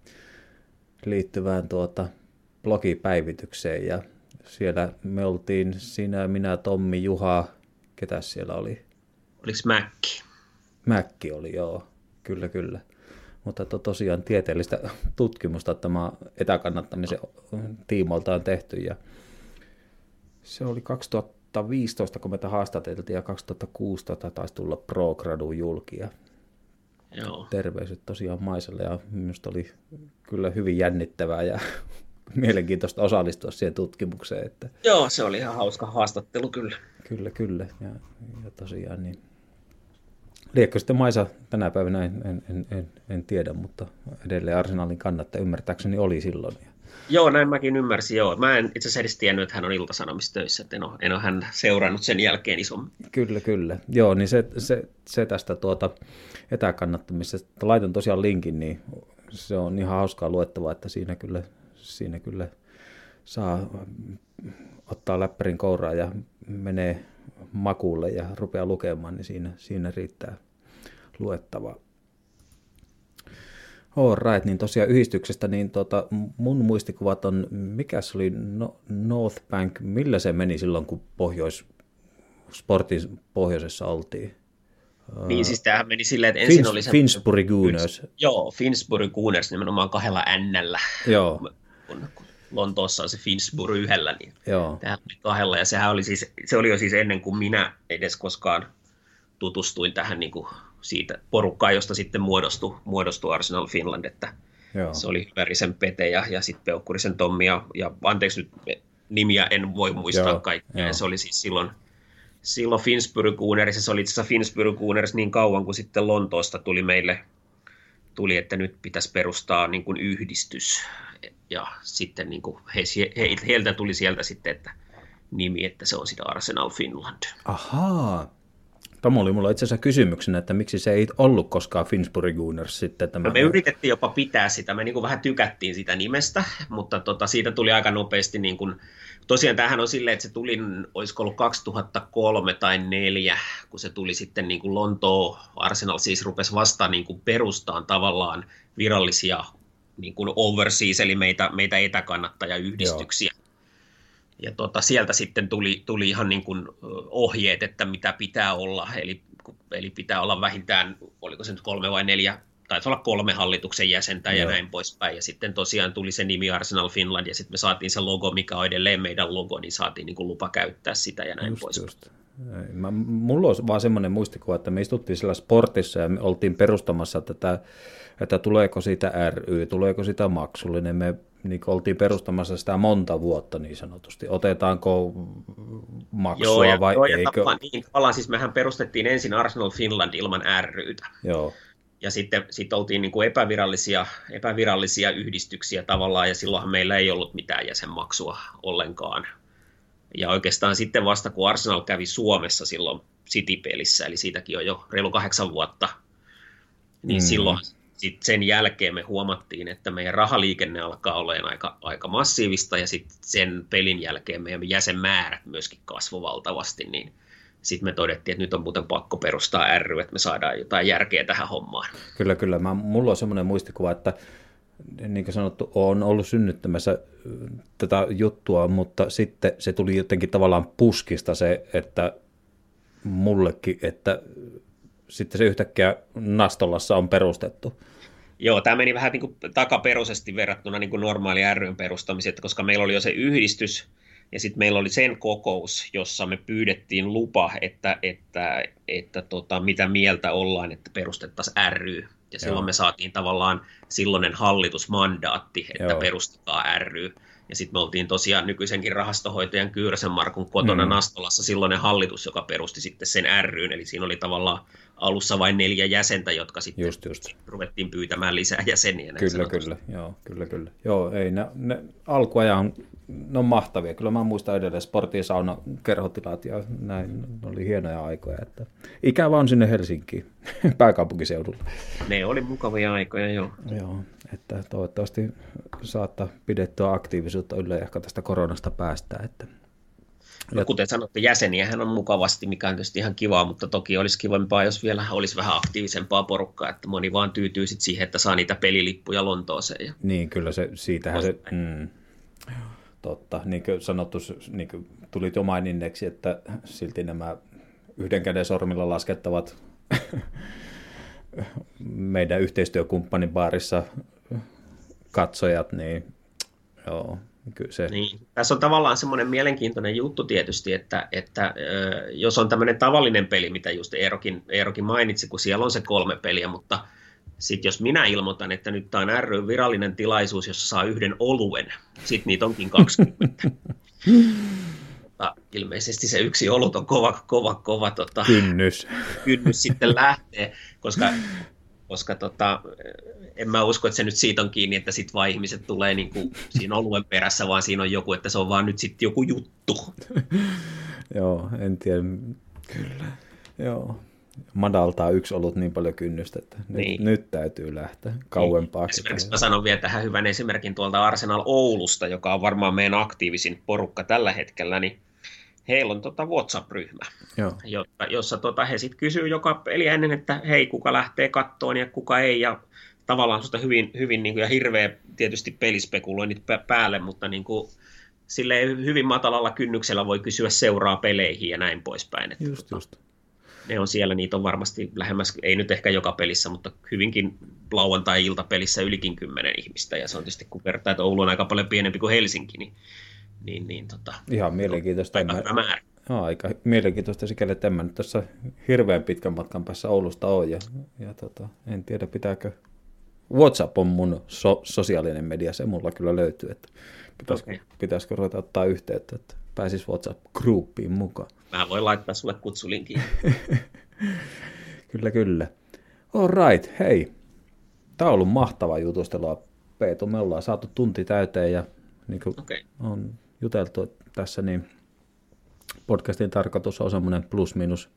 liittyvään tuota, blogipäivitykseen, ja siellä me oltiin sinä, minä, Tommi, Juha, ketäs siellä oli? Oliko Mäkki? Mäkki oli, joo. Kyllä, kyllä. Mutta to, tosiaan tieteellistä tutkimusta tämä etäkannattamisen tiimoilta on tehty. Ja se oli kaksituhattaviisitoista, kun meitä haastateltiin, ja kaksituhattakuusitoista taisi tulla Pro Gradu julki. Joo. Terveiset tosiaan Maisalle, ja minusta oli kyllä hyvin jännittävää ja mielenkiintoista osallistua siihen tutkimukseen. Että Joo, se oli ihan hauska haastattelu kyllä. Kyllä, kyllä. Ja, ja tosiaan niin. Liekö sitten Maisa tänä päivänä, en, en, en, en, en tiedä, mutta edelleen Arsenalin kannattaja ymmärtääkseni oli silloin. Joo, näin mäkin ymmärsin, joo. Mä en itse asiassa edes tiennyt, että hän on Ilta-Sanomissa töissä, että en ole, en ole hän seurannut sen jälkeen isommin. Kyllä, kyllä. Joo, niin se, se, se tästä tuota etäkannattamisesta. Laitan tosiaan linkin, niin se on ihan hauskaa luettavaa, että siinä kyllä, siinä kyllä saa ottaa läppärin kouraa ja menee makuulle ja rupeaa lukemaan, niin siinä, siinä riittää luettavaa. All right, niin tosiaan yhdistyksestä, niin tota, mun muistikuvat on, mikä se oli no, North Bank, millä se meni silloin, kun Pohjois, sportin pohjoisessa oltiin? Niin, siis tämähän meni silleen, että ensin Fins, oli se... Finsbury Gooners. Joo, Finsbury Gooners nimenomaan kahdella N:llä. Joo. Kun Lontoossa on se Finsbury yhdellä, niin Joo. tämähän oli kahdella. Ja sehän oli siis, se oli jo siis ennen kuin minä edes koskaan tutustuin tähän niin kuin siitä porukkaan, josta sitten muodostui, muodostui Arsenal Finland, että Joo. se oli Värisen Pete ja, ja sitten Peukkurisen Tommi, ja, ja anteeksi nyt nimiä en voi muistaa Joo. kaikkia, ja se oli siis silloin, silloin Finsbury Gooners, se oli itse asiassa Finsbury Gooners niin kauan kuin sitten Lontoosta tuli meille, tuli, että nyt pitäisi perustaa niin kuin yhdistys, ja sitten niin kuin he, he, heiltä tuli sieltä sitten, että nimi, että se on sitä Arsenal Finland. Ahaa. Tämä oli mulla itse asiassa kysymyksenä, että miksi se ei ollut koskaan Finsbury Gooners sitten. Tämä... No me yritettiin jopa pitää sitä, me niin kuin vähän tykättiin sitä nimestä, mutta tota, siitä tuli aika nopeasti, niin kuin, tosiaan tämähän on silleen, että se tuli, olisiko ollut kaksituhattakolme tai neljä, kun se tuli sitten niin kuin Lontoo, Arsenal siis rupesi vastaan niin kuin perustaan tavallaan virallisia niin kuin overseas, eli meitä, meitä etäkannattajayhdistyksiä. Joo. Ja tota, sieltä sitten tuli, tuli ihan niin kuin ohjeet, että mitä pitää olla, eli, eli pitää olla vähintään, oliko se nyt kolme vai neljä, taisi olla kolme hallituksen jäsentä ja Joo. näin poispäin. Ja sitten tosiaan tuli se nimi Arsenal Finland, ja sitten me saatiin se logo, mikä on edelleen meidän logo, niin saatiin niin kuin lupa käyttää sitä ja näin just, poispäin. Just. Mä, mulla on vaan semmoinen muistikuva, että me istuttiin siellä sportissa ja me oltiin perustamassa tätä, että tuleeko siitä ry, tuleeko sitä maksullinen. Me niin oltiin perustamassa sitä monta vuotta niin sanotusti. Otetaanko maksua joo, ja, vai joo, eikö? Ja tavallaan, niin, tavallaan siis mehän perustettiin ensin Arsenal Finland ilman rytä. Joo. Ja sitten sit oltiin niin kuin epävirallisia, epävirallisia yhdistyksiä tavallaan, ja silloinhan meillä ei ollut mitään jäsenmaksua ollenkaan. Ja oikeastaan sitten vasta kun Arsenal kävi Suomessa silloin City-pelissä, eli siitäkin on jo reilu kahdeksan vuotta, niin mm. silloin, sitten sen jälkeen me huomattiin, että meidän rahaliikenne alkaa olemaan aika, aika massiivista, ja sitten sen pelin jälkeen meidän jäsenmäärät myöskin kasvoi valtavasti, niin sitten me todettiin, että nyt on muuten pakko perustaa ry, että me saadaan jotain järkeä tähän hommaan. Kyllä, kyllä. Mä, mulla on semmoinen muistikuva, että niin kuin sanottu, olen ollut synnyttämässä tätä juttua, mutta sitten se tuli jotenkin tavallaan puskista se, että mullekin, että sitten se yhtäkkiä Nastolassa on perustettu. Joo, tämä meni vähän niin kuin takaperoisesti verrattuna niin kuin normaali ry:n perustamiseen, koska meillä oli jo se yhdistys, ja sitten meillä oli sen kokous, jossa me pyydettiin lupa, että, että, että tota, mitä mieltä ollaan, että perustettaisiin ry. Ja silloin Joo. me saatiin tavallaan silloinen hallitusmandaatti, että Joo. perustetaan ry. Ja sitten me oltiin tosiaan nykyisenkin rahastohoitajan Kyyrösen Markun kotona mm. Nastolassa silloinen hallitus, joka perusti sitten sen ry:n. Eli siinä oli tavallaan alussa vain neljä jäsentä, jotka sitten just, just. ruvettiin pyytämään lisää jäseniä. Kyllä, sanotusti. kyllä. Joo, kyllä, kyllä. Joo, ei, ne, ne alkuajan ne on mahtavia. Kyllä mä muistan edelleen sportin sauna kerhotilat ja näin. Ne oli hienoja aikoja. Että ikävä on sinne Helsinkiin, pääkaupunkiseudulla. Ne oli mukavia aikoja, joo. Joo, että toivottavasti saattaa pidettyä aktiivisuutta yllä ja ehkä tästä koronasta päästään. Että No, kuten sanotte, jäseniähän on mukavasti, mikä on tietysti ihan kivaa, mutta toki olisi kivempaa, jos vielä olisi vähän aktiivisempaa porukkaa, että moni vaan tyytyy sit siihen, että saa niitä pelilippuja Lontooseen. Ja niin, kyllä se, siitähän se, mm, totta, niin kuin sanottu, niin kuin tulit jo maininneeksi, että silti nämä yhden käden sormilla laskettavat meidän yhteistyökumppanin baarissa katsojat, niin joo. Se. Niin. Tässä on tavallaan semmoinen mielenkiintoinen juttu tietysti, että, että jos on tämmöinen tavallinen peli, mitä just Eerokin, Eerokin mainitsi, kun siellä on se kolme peliä, mutta sitten jos minä ilmoitan, että nyt tämä on ry virallinen tilaisuus, jossa saa yhden oluen, sitten niitä onkin kaksikymmentä. Mutta ilmeisesti se yksi olut on kova, kova, kova tota, kynnys. kynnys sitten lähtee, koska koska tota, en mä usko, että se nyt siitä on kiinni, että sitten vaan ihmiset tulee niin kuin siinä oluen perässä, vaan siinä on joku, että se on vaan nyt sitten joku juttu. Joo, en tiedä. Kyllä. Joo. Madaltaa yksi olut niin paljon kynnystä, että niin. nyt, nyt täytyy lähteä kauempaaksi. Niin. Esimerkiksi mä sanon vielä tähän hyvän esimerkin tuolta Arsenal Oulusta, joka on varmaan meidän aktiivisin porukka tällä hetkellä, niin heillä on tota WhatsApp-ryhmä, jotta, jossa tota, he sitten kysyy joka peli ennen, että hei, kuka lähtee kattoon ja kuka ei, ja tavallaan sitä hyvin, hyvin niin kuin, ja hirveä tietysti pelispekuloinnit päälle, mutta niin kuin, silleen hyvin matalalla kynnyksellä voi kysyä seuraa peleihin ja näin poispäin. Että, just, tota, just. Ne on siellä, niitä on varmasti lähemmäs, ei nyt ehkä joka pelissä, mutta hyvinkin lauantai-iltapelissä ylikin kymmenen ihmistä, ja se on tietysti, kun vertaa, että Oulu on aika paljon pienempi kuin Helsinki, niin Niin, niin, tota, ihan mielenkiintoista. Aika hyvä määrä. No, aika mielenkiintoista sikäli, että en mä nyt tässä hirveän pitkän matkan päässä Oulusta ole. Ja, ja tota, en tiedä, pitääkö. WhatsApp on mun so, sosiaalinen media, se mulla kyllä löytyy. Että pitäisikö, okay. pitäisikö ruveta ottaa yhteyttä, että pääsis WhatsApp-gruppiin mukaan. Mä voin laittaa sulle kutsulinkin. Kyllä, kyllä. All right, hei. Tämä on ollut mahtava jutustelua, Peetu. Me ollaan saatu tunti täyteen ja niin kuin okay. on juteltu tässä, niin podcastin tarkoitus on semmoinen plus minus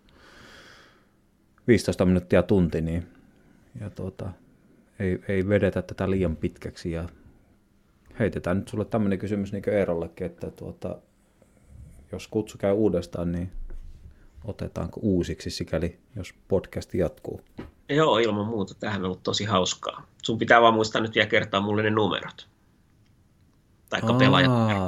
viisitoista minuuttia tunti, niin ja tuota, ei, ei vedetä tätä liian pitkäksi ja heitetään nyt sulle tämmöinen kysymys niin kuin Eerollekin, että tuota, jos kutsu käy uudestaan, niin otetaanko uusiksi sikäli, jos podcast jatkuu? Joo, ilman muuta. Tämähän on ollut tosi hauskaa. Sun pitää vaan muistaa nyt vielä kertaa mulle ne numerot. Taikka pelaajat.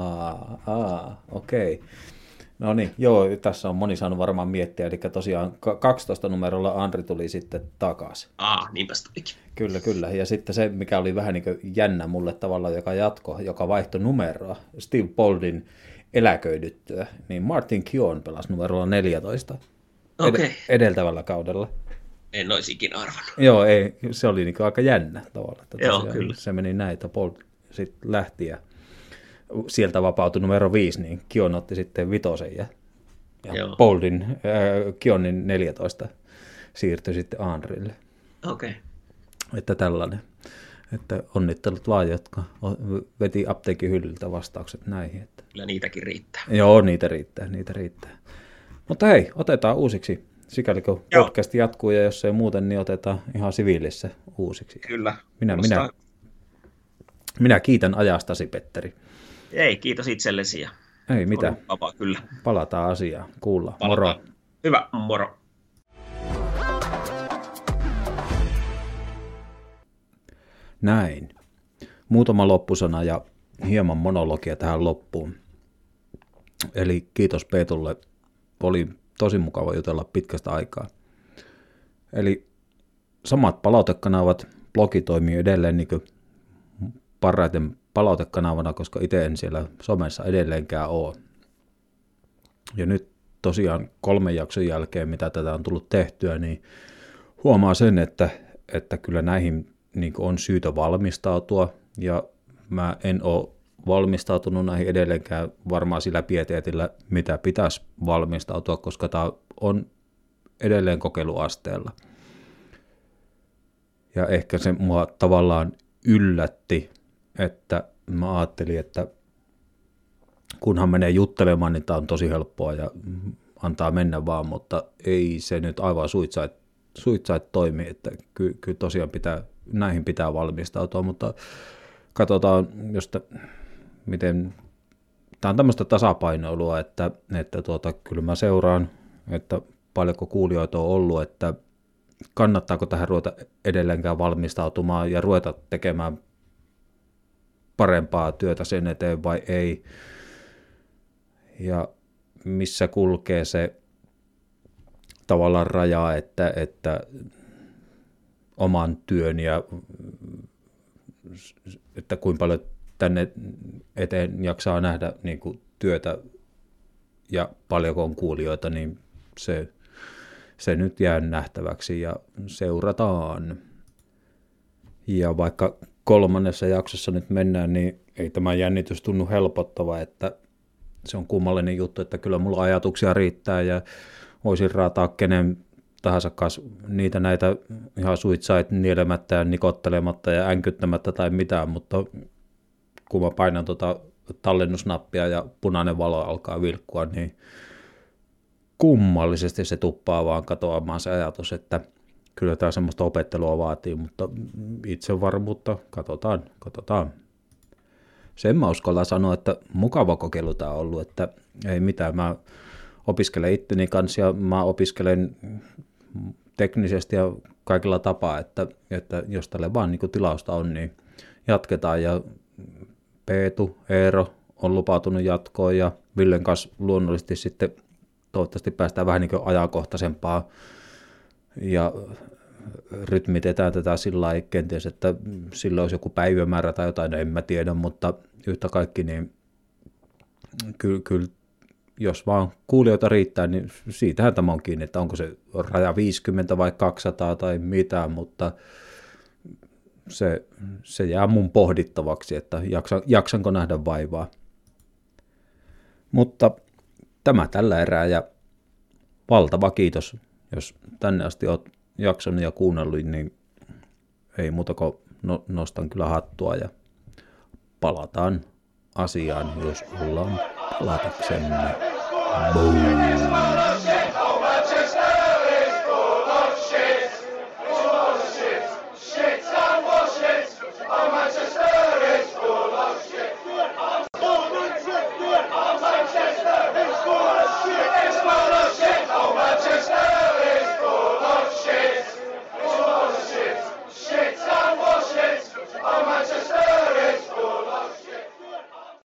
Aa, okei. Okay. No niin, joo, tässä on moni saanut varmaan miettiä, eli tosiaan kaksitoista numerolla Andri tuli sitten takaisin. Aa, niinpäs tulikin. Kyllä, kyllä. Ja sitten se, mikä oli vähän niin kuin jännä mulle tavallaan, joka jatko, joka vaihtoi numeroa, Steve Boldin eläköidyttyä, niin Martin Keown pelasi numerolla neljätoista okay. ed- edeltävällä kaudella. En olisi ikinä arvannut. Joo, ei, se oli niin aika jännä tavallaan. Joo, kyllä. Se meni näin, että Bold sitten lähti ja sieltä vapautui numero viisi, niin Keown otti sitten vitosen ja, ja Boldin, äh, Keownin neljätoista siirtyi sitten Andrille. Okei. Okay. Että tällainen. Että onnittelut vaan, jotka veti apteekin hyllyltä vastaukset näihin. Että kyllä niitäkin riittää. Joo, niitä riittää, niitä riittää. Mutta hei, otetaan uusiksi sikäli kun podcast jatkuu ja jos ei muuten, niin otetaan ihan siviilissä uusiksi. Kyllä. Minä, minä, minä kiitän ajastasi, Petteri. Ei, kiitos itsellesi. Ja ei mitään. Vapaa, kyllä. Palataan asiaan. Kuullaan. Palataan. Moro. Hyvä, moro. Näin. Muutama loppusana ja hieman monologia tähän loppuun. Eli kiitos Peetulle. Oli tosi mukava jutella pitkästä aikaa. Eli samat palautekanavat, blogi toimii edelleen niin kuin parhaiten palautekanavana, koska itse en siellä somessa edelleenkään ole. Ja nyt tosiaan kolmen jakson jälkeen, mitä tätä on tullut tehtyä, niin huomaa sen, että, että kyllä näihin niin kuin on syytä valmistautua, ja mä en ole valmistautunut näihin edelleenkään varmaan sillä pieteetillä, mitä pitäisi valmistautua, koska tämä on edelleen kokeiluasteella. Ja ehkä se mua tavallaan yllätti, että mä ajattelin, että kunhan menee juttelemaan, niin tämä on tosi helppoa ja antaa mennä vaan, mutta ei se nyt aivan suitsait, suitsait toimi, että ky, kyllä tosiaan pitää, näihin pitää valmistautua, mutta katsotaan, josta, miten, tämä on tämmöistä tasapainoilua, että, että tuota, kyllä mä seuraan, että paljonko kuulijoita on ollut, että kannattaako tähän ruveta edelleenkään valmistautumaan ja ruveta tekemään parempaa työtä sen eteen vai ei, ja missä kulkee se tavallaan raja, että, että oman työn ja että kuinka paljon tänne eteen jaksaa nähdä niin kuin työtä ja paljonko on kuulijoita, niin se, se nyt jää nähtäväksi ja seurataan. Ja vaikka kolmannessa jaksossa nyt mennään, niin ei tämä jännitys tunnu helpottava, että se on kummallinen juttu, että kyllä mulla ajatuksia riittää ja voisin raataa kenen tahansa kanssa niitä näitä ihan suitsait nielemättä ja nikottelematta ja änkyttämättä tai mitään, mutta kun mä painan tuota tallennusnappia ja punainen valo alkaa vilkkua, niin kummallisesti se tuppaa vaan katoamaan se ajatus, että kyllä tämä semmoista opettelua vaatii, mutta itsevarmuutta katsotaan, katsotaan. Sen mä uskallan sanoa, että mukava kokeilu tämä on ollut, että ei mitään, mä opiskelen itteni kanssa ja mä opiskelen teknisesti ja kaikilla tapaa, että, että jos tälle vaan niin kuin tilausta on, niin jatketaan ja Peetu, Eero on lupautunut jatkoon ja Villen kanssa luonnollisesti sitten toivottavasti päästään vähän niin kuin ajankohtaisempaa ja rytmitetään tätä sillä lailla kenties, että sillä olisi joku päivämäärä tai jotain, no en mä tiedä, mutta yhtä kaikki, niin kyllä, kyllä jos vaan kuulijoita riittää, niin siitähän tämä on kiinni, että onko se raja viisikymmentä vai kaksisataa tai mitään, mutta se, se jää mun pohdittavaksi, että jaksan, jaksanko nähdä vaivaa. Mutta tämä tällä erää ja valtava kiitos, jos tänne asti olet jaksanut ja kuunnellut, niin ei muuta kuin no, nostan kyllä hattua ja palataan asiaan, jos ollaan palataksemme. Boom.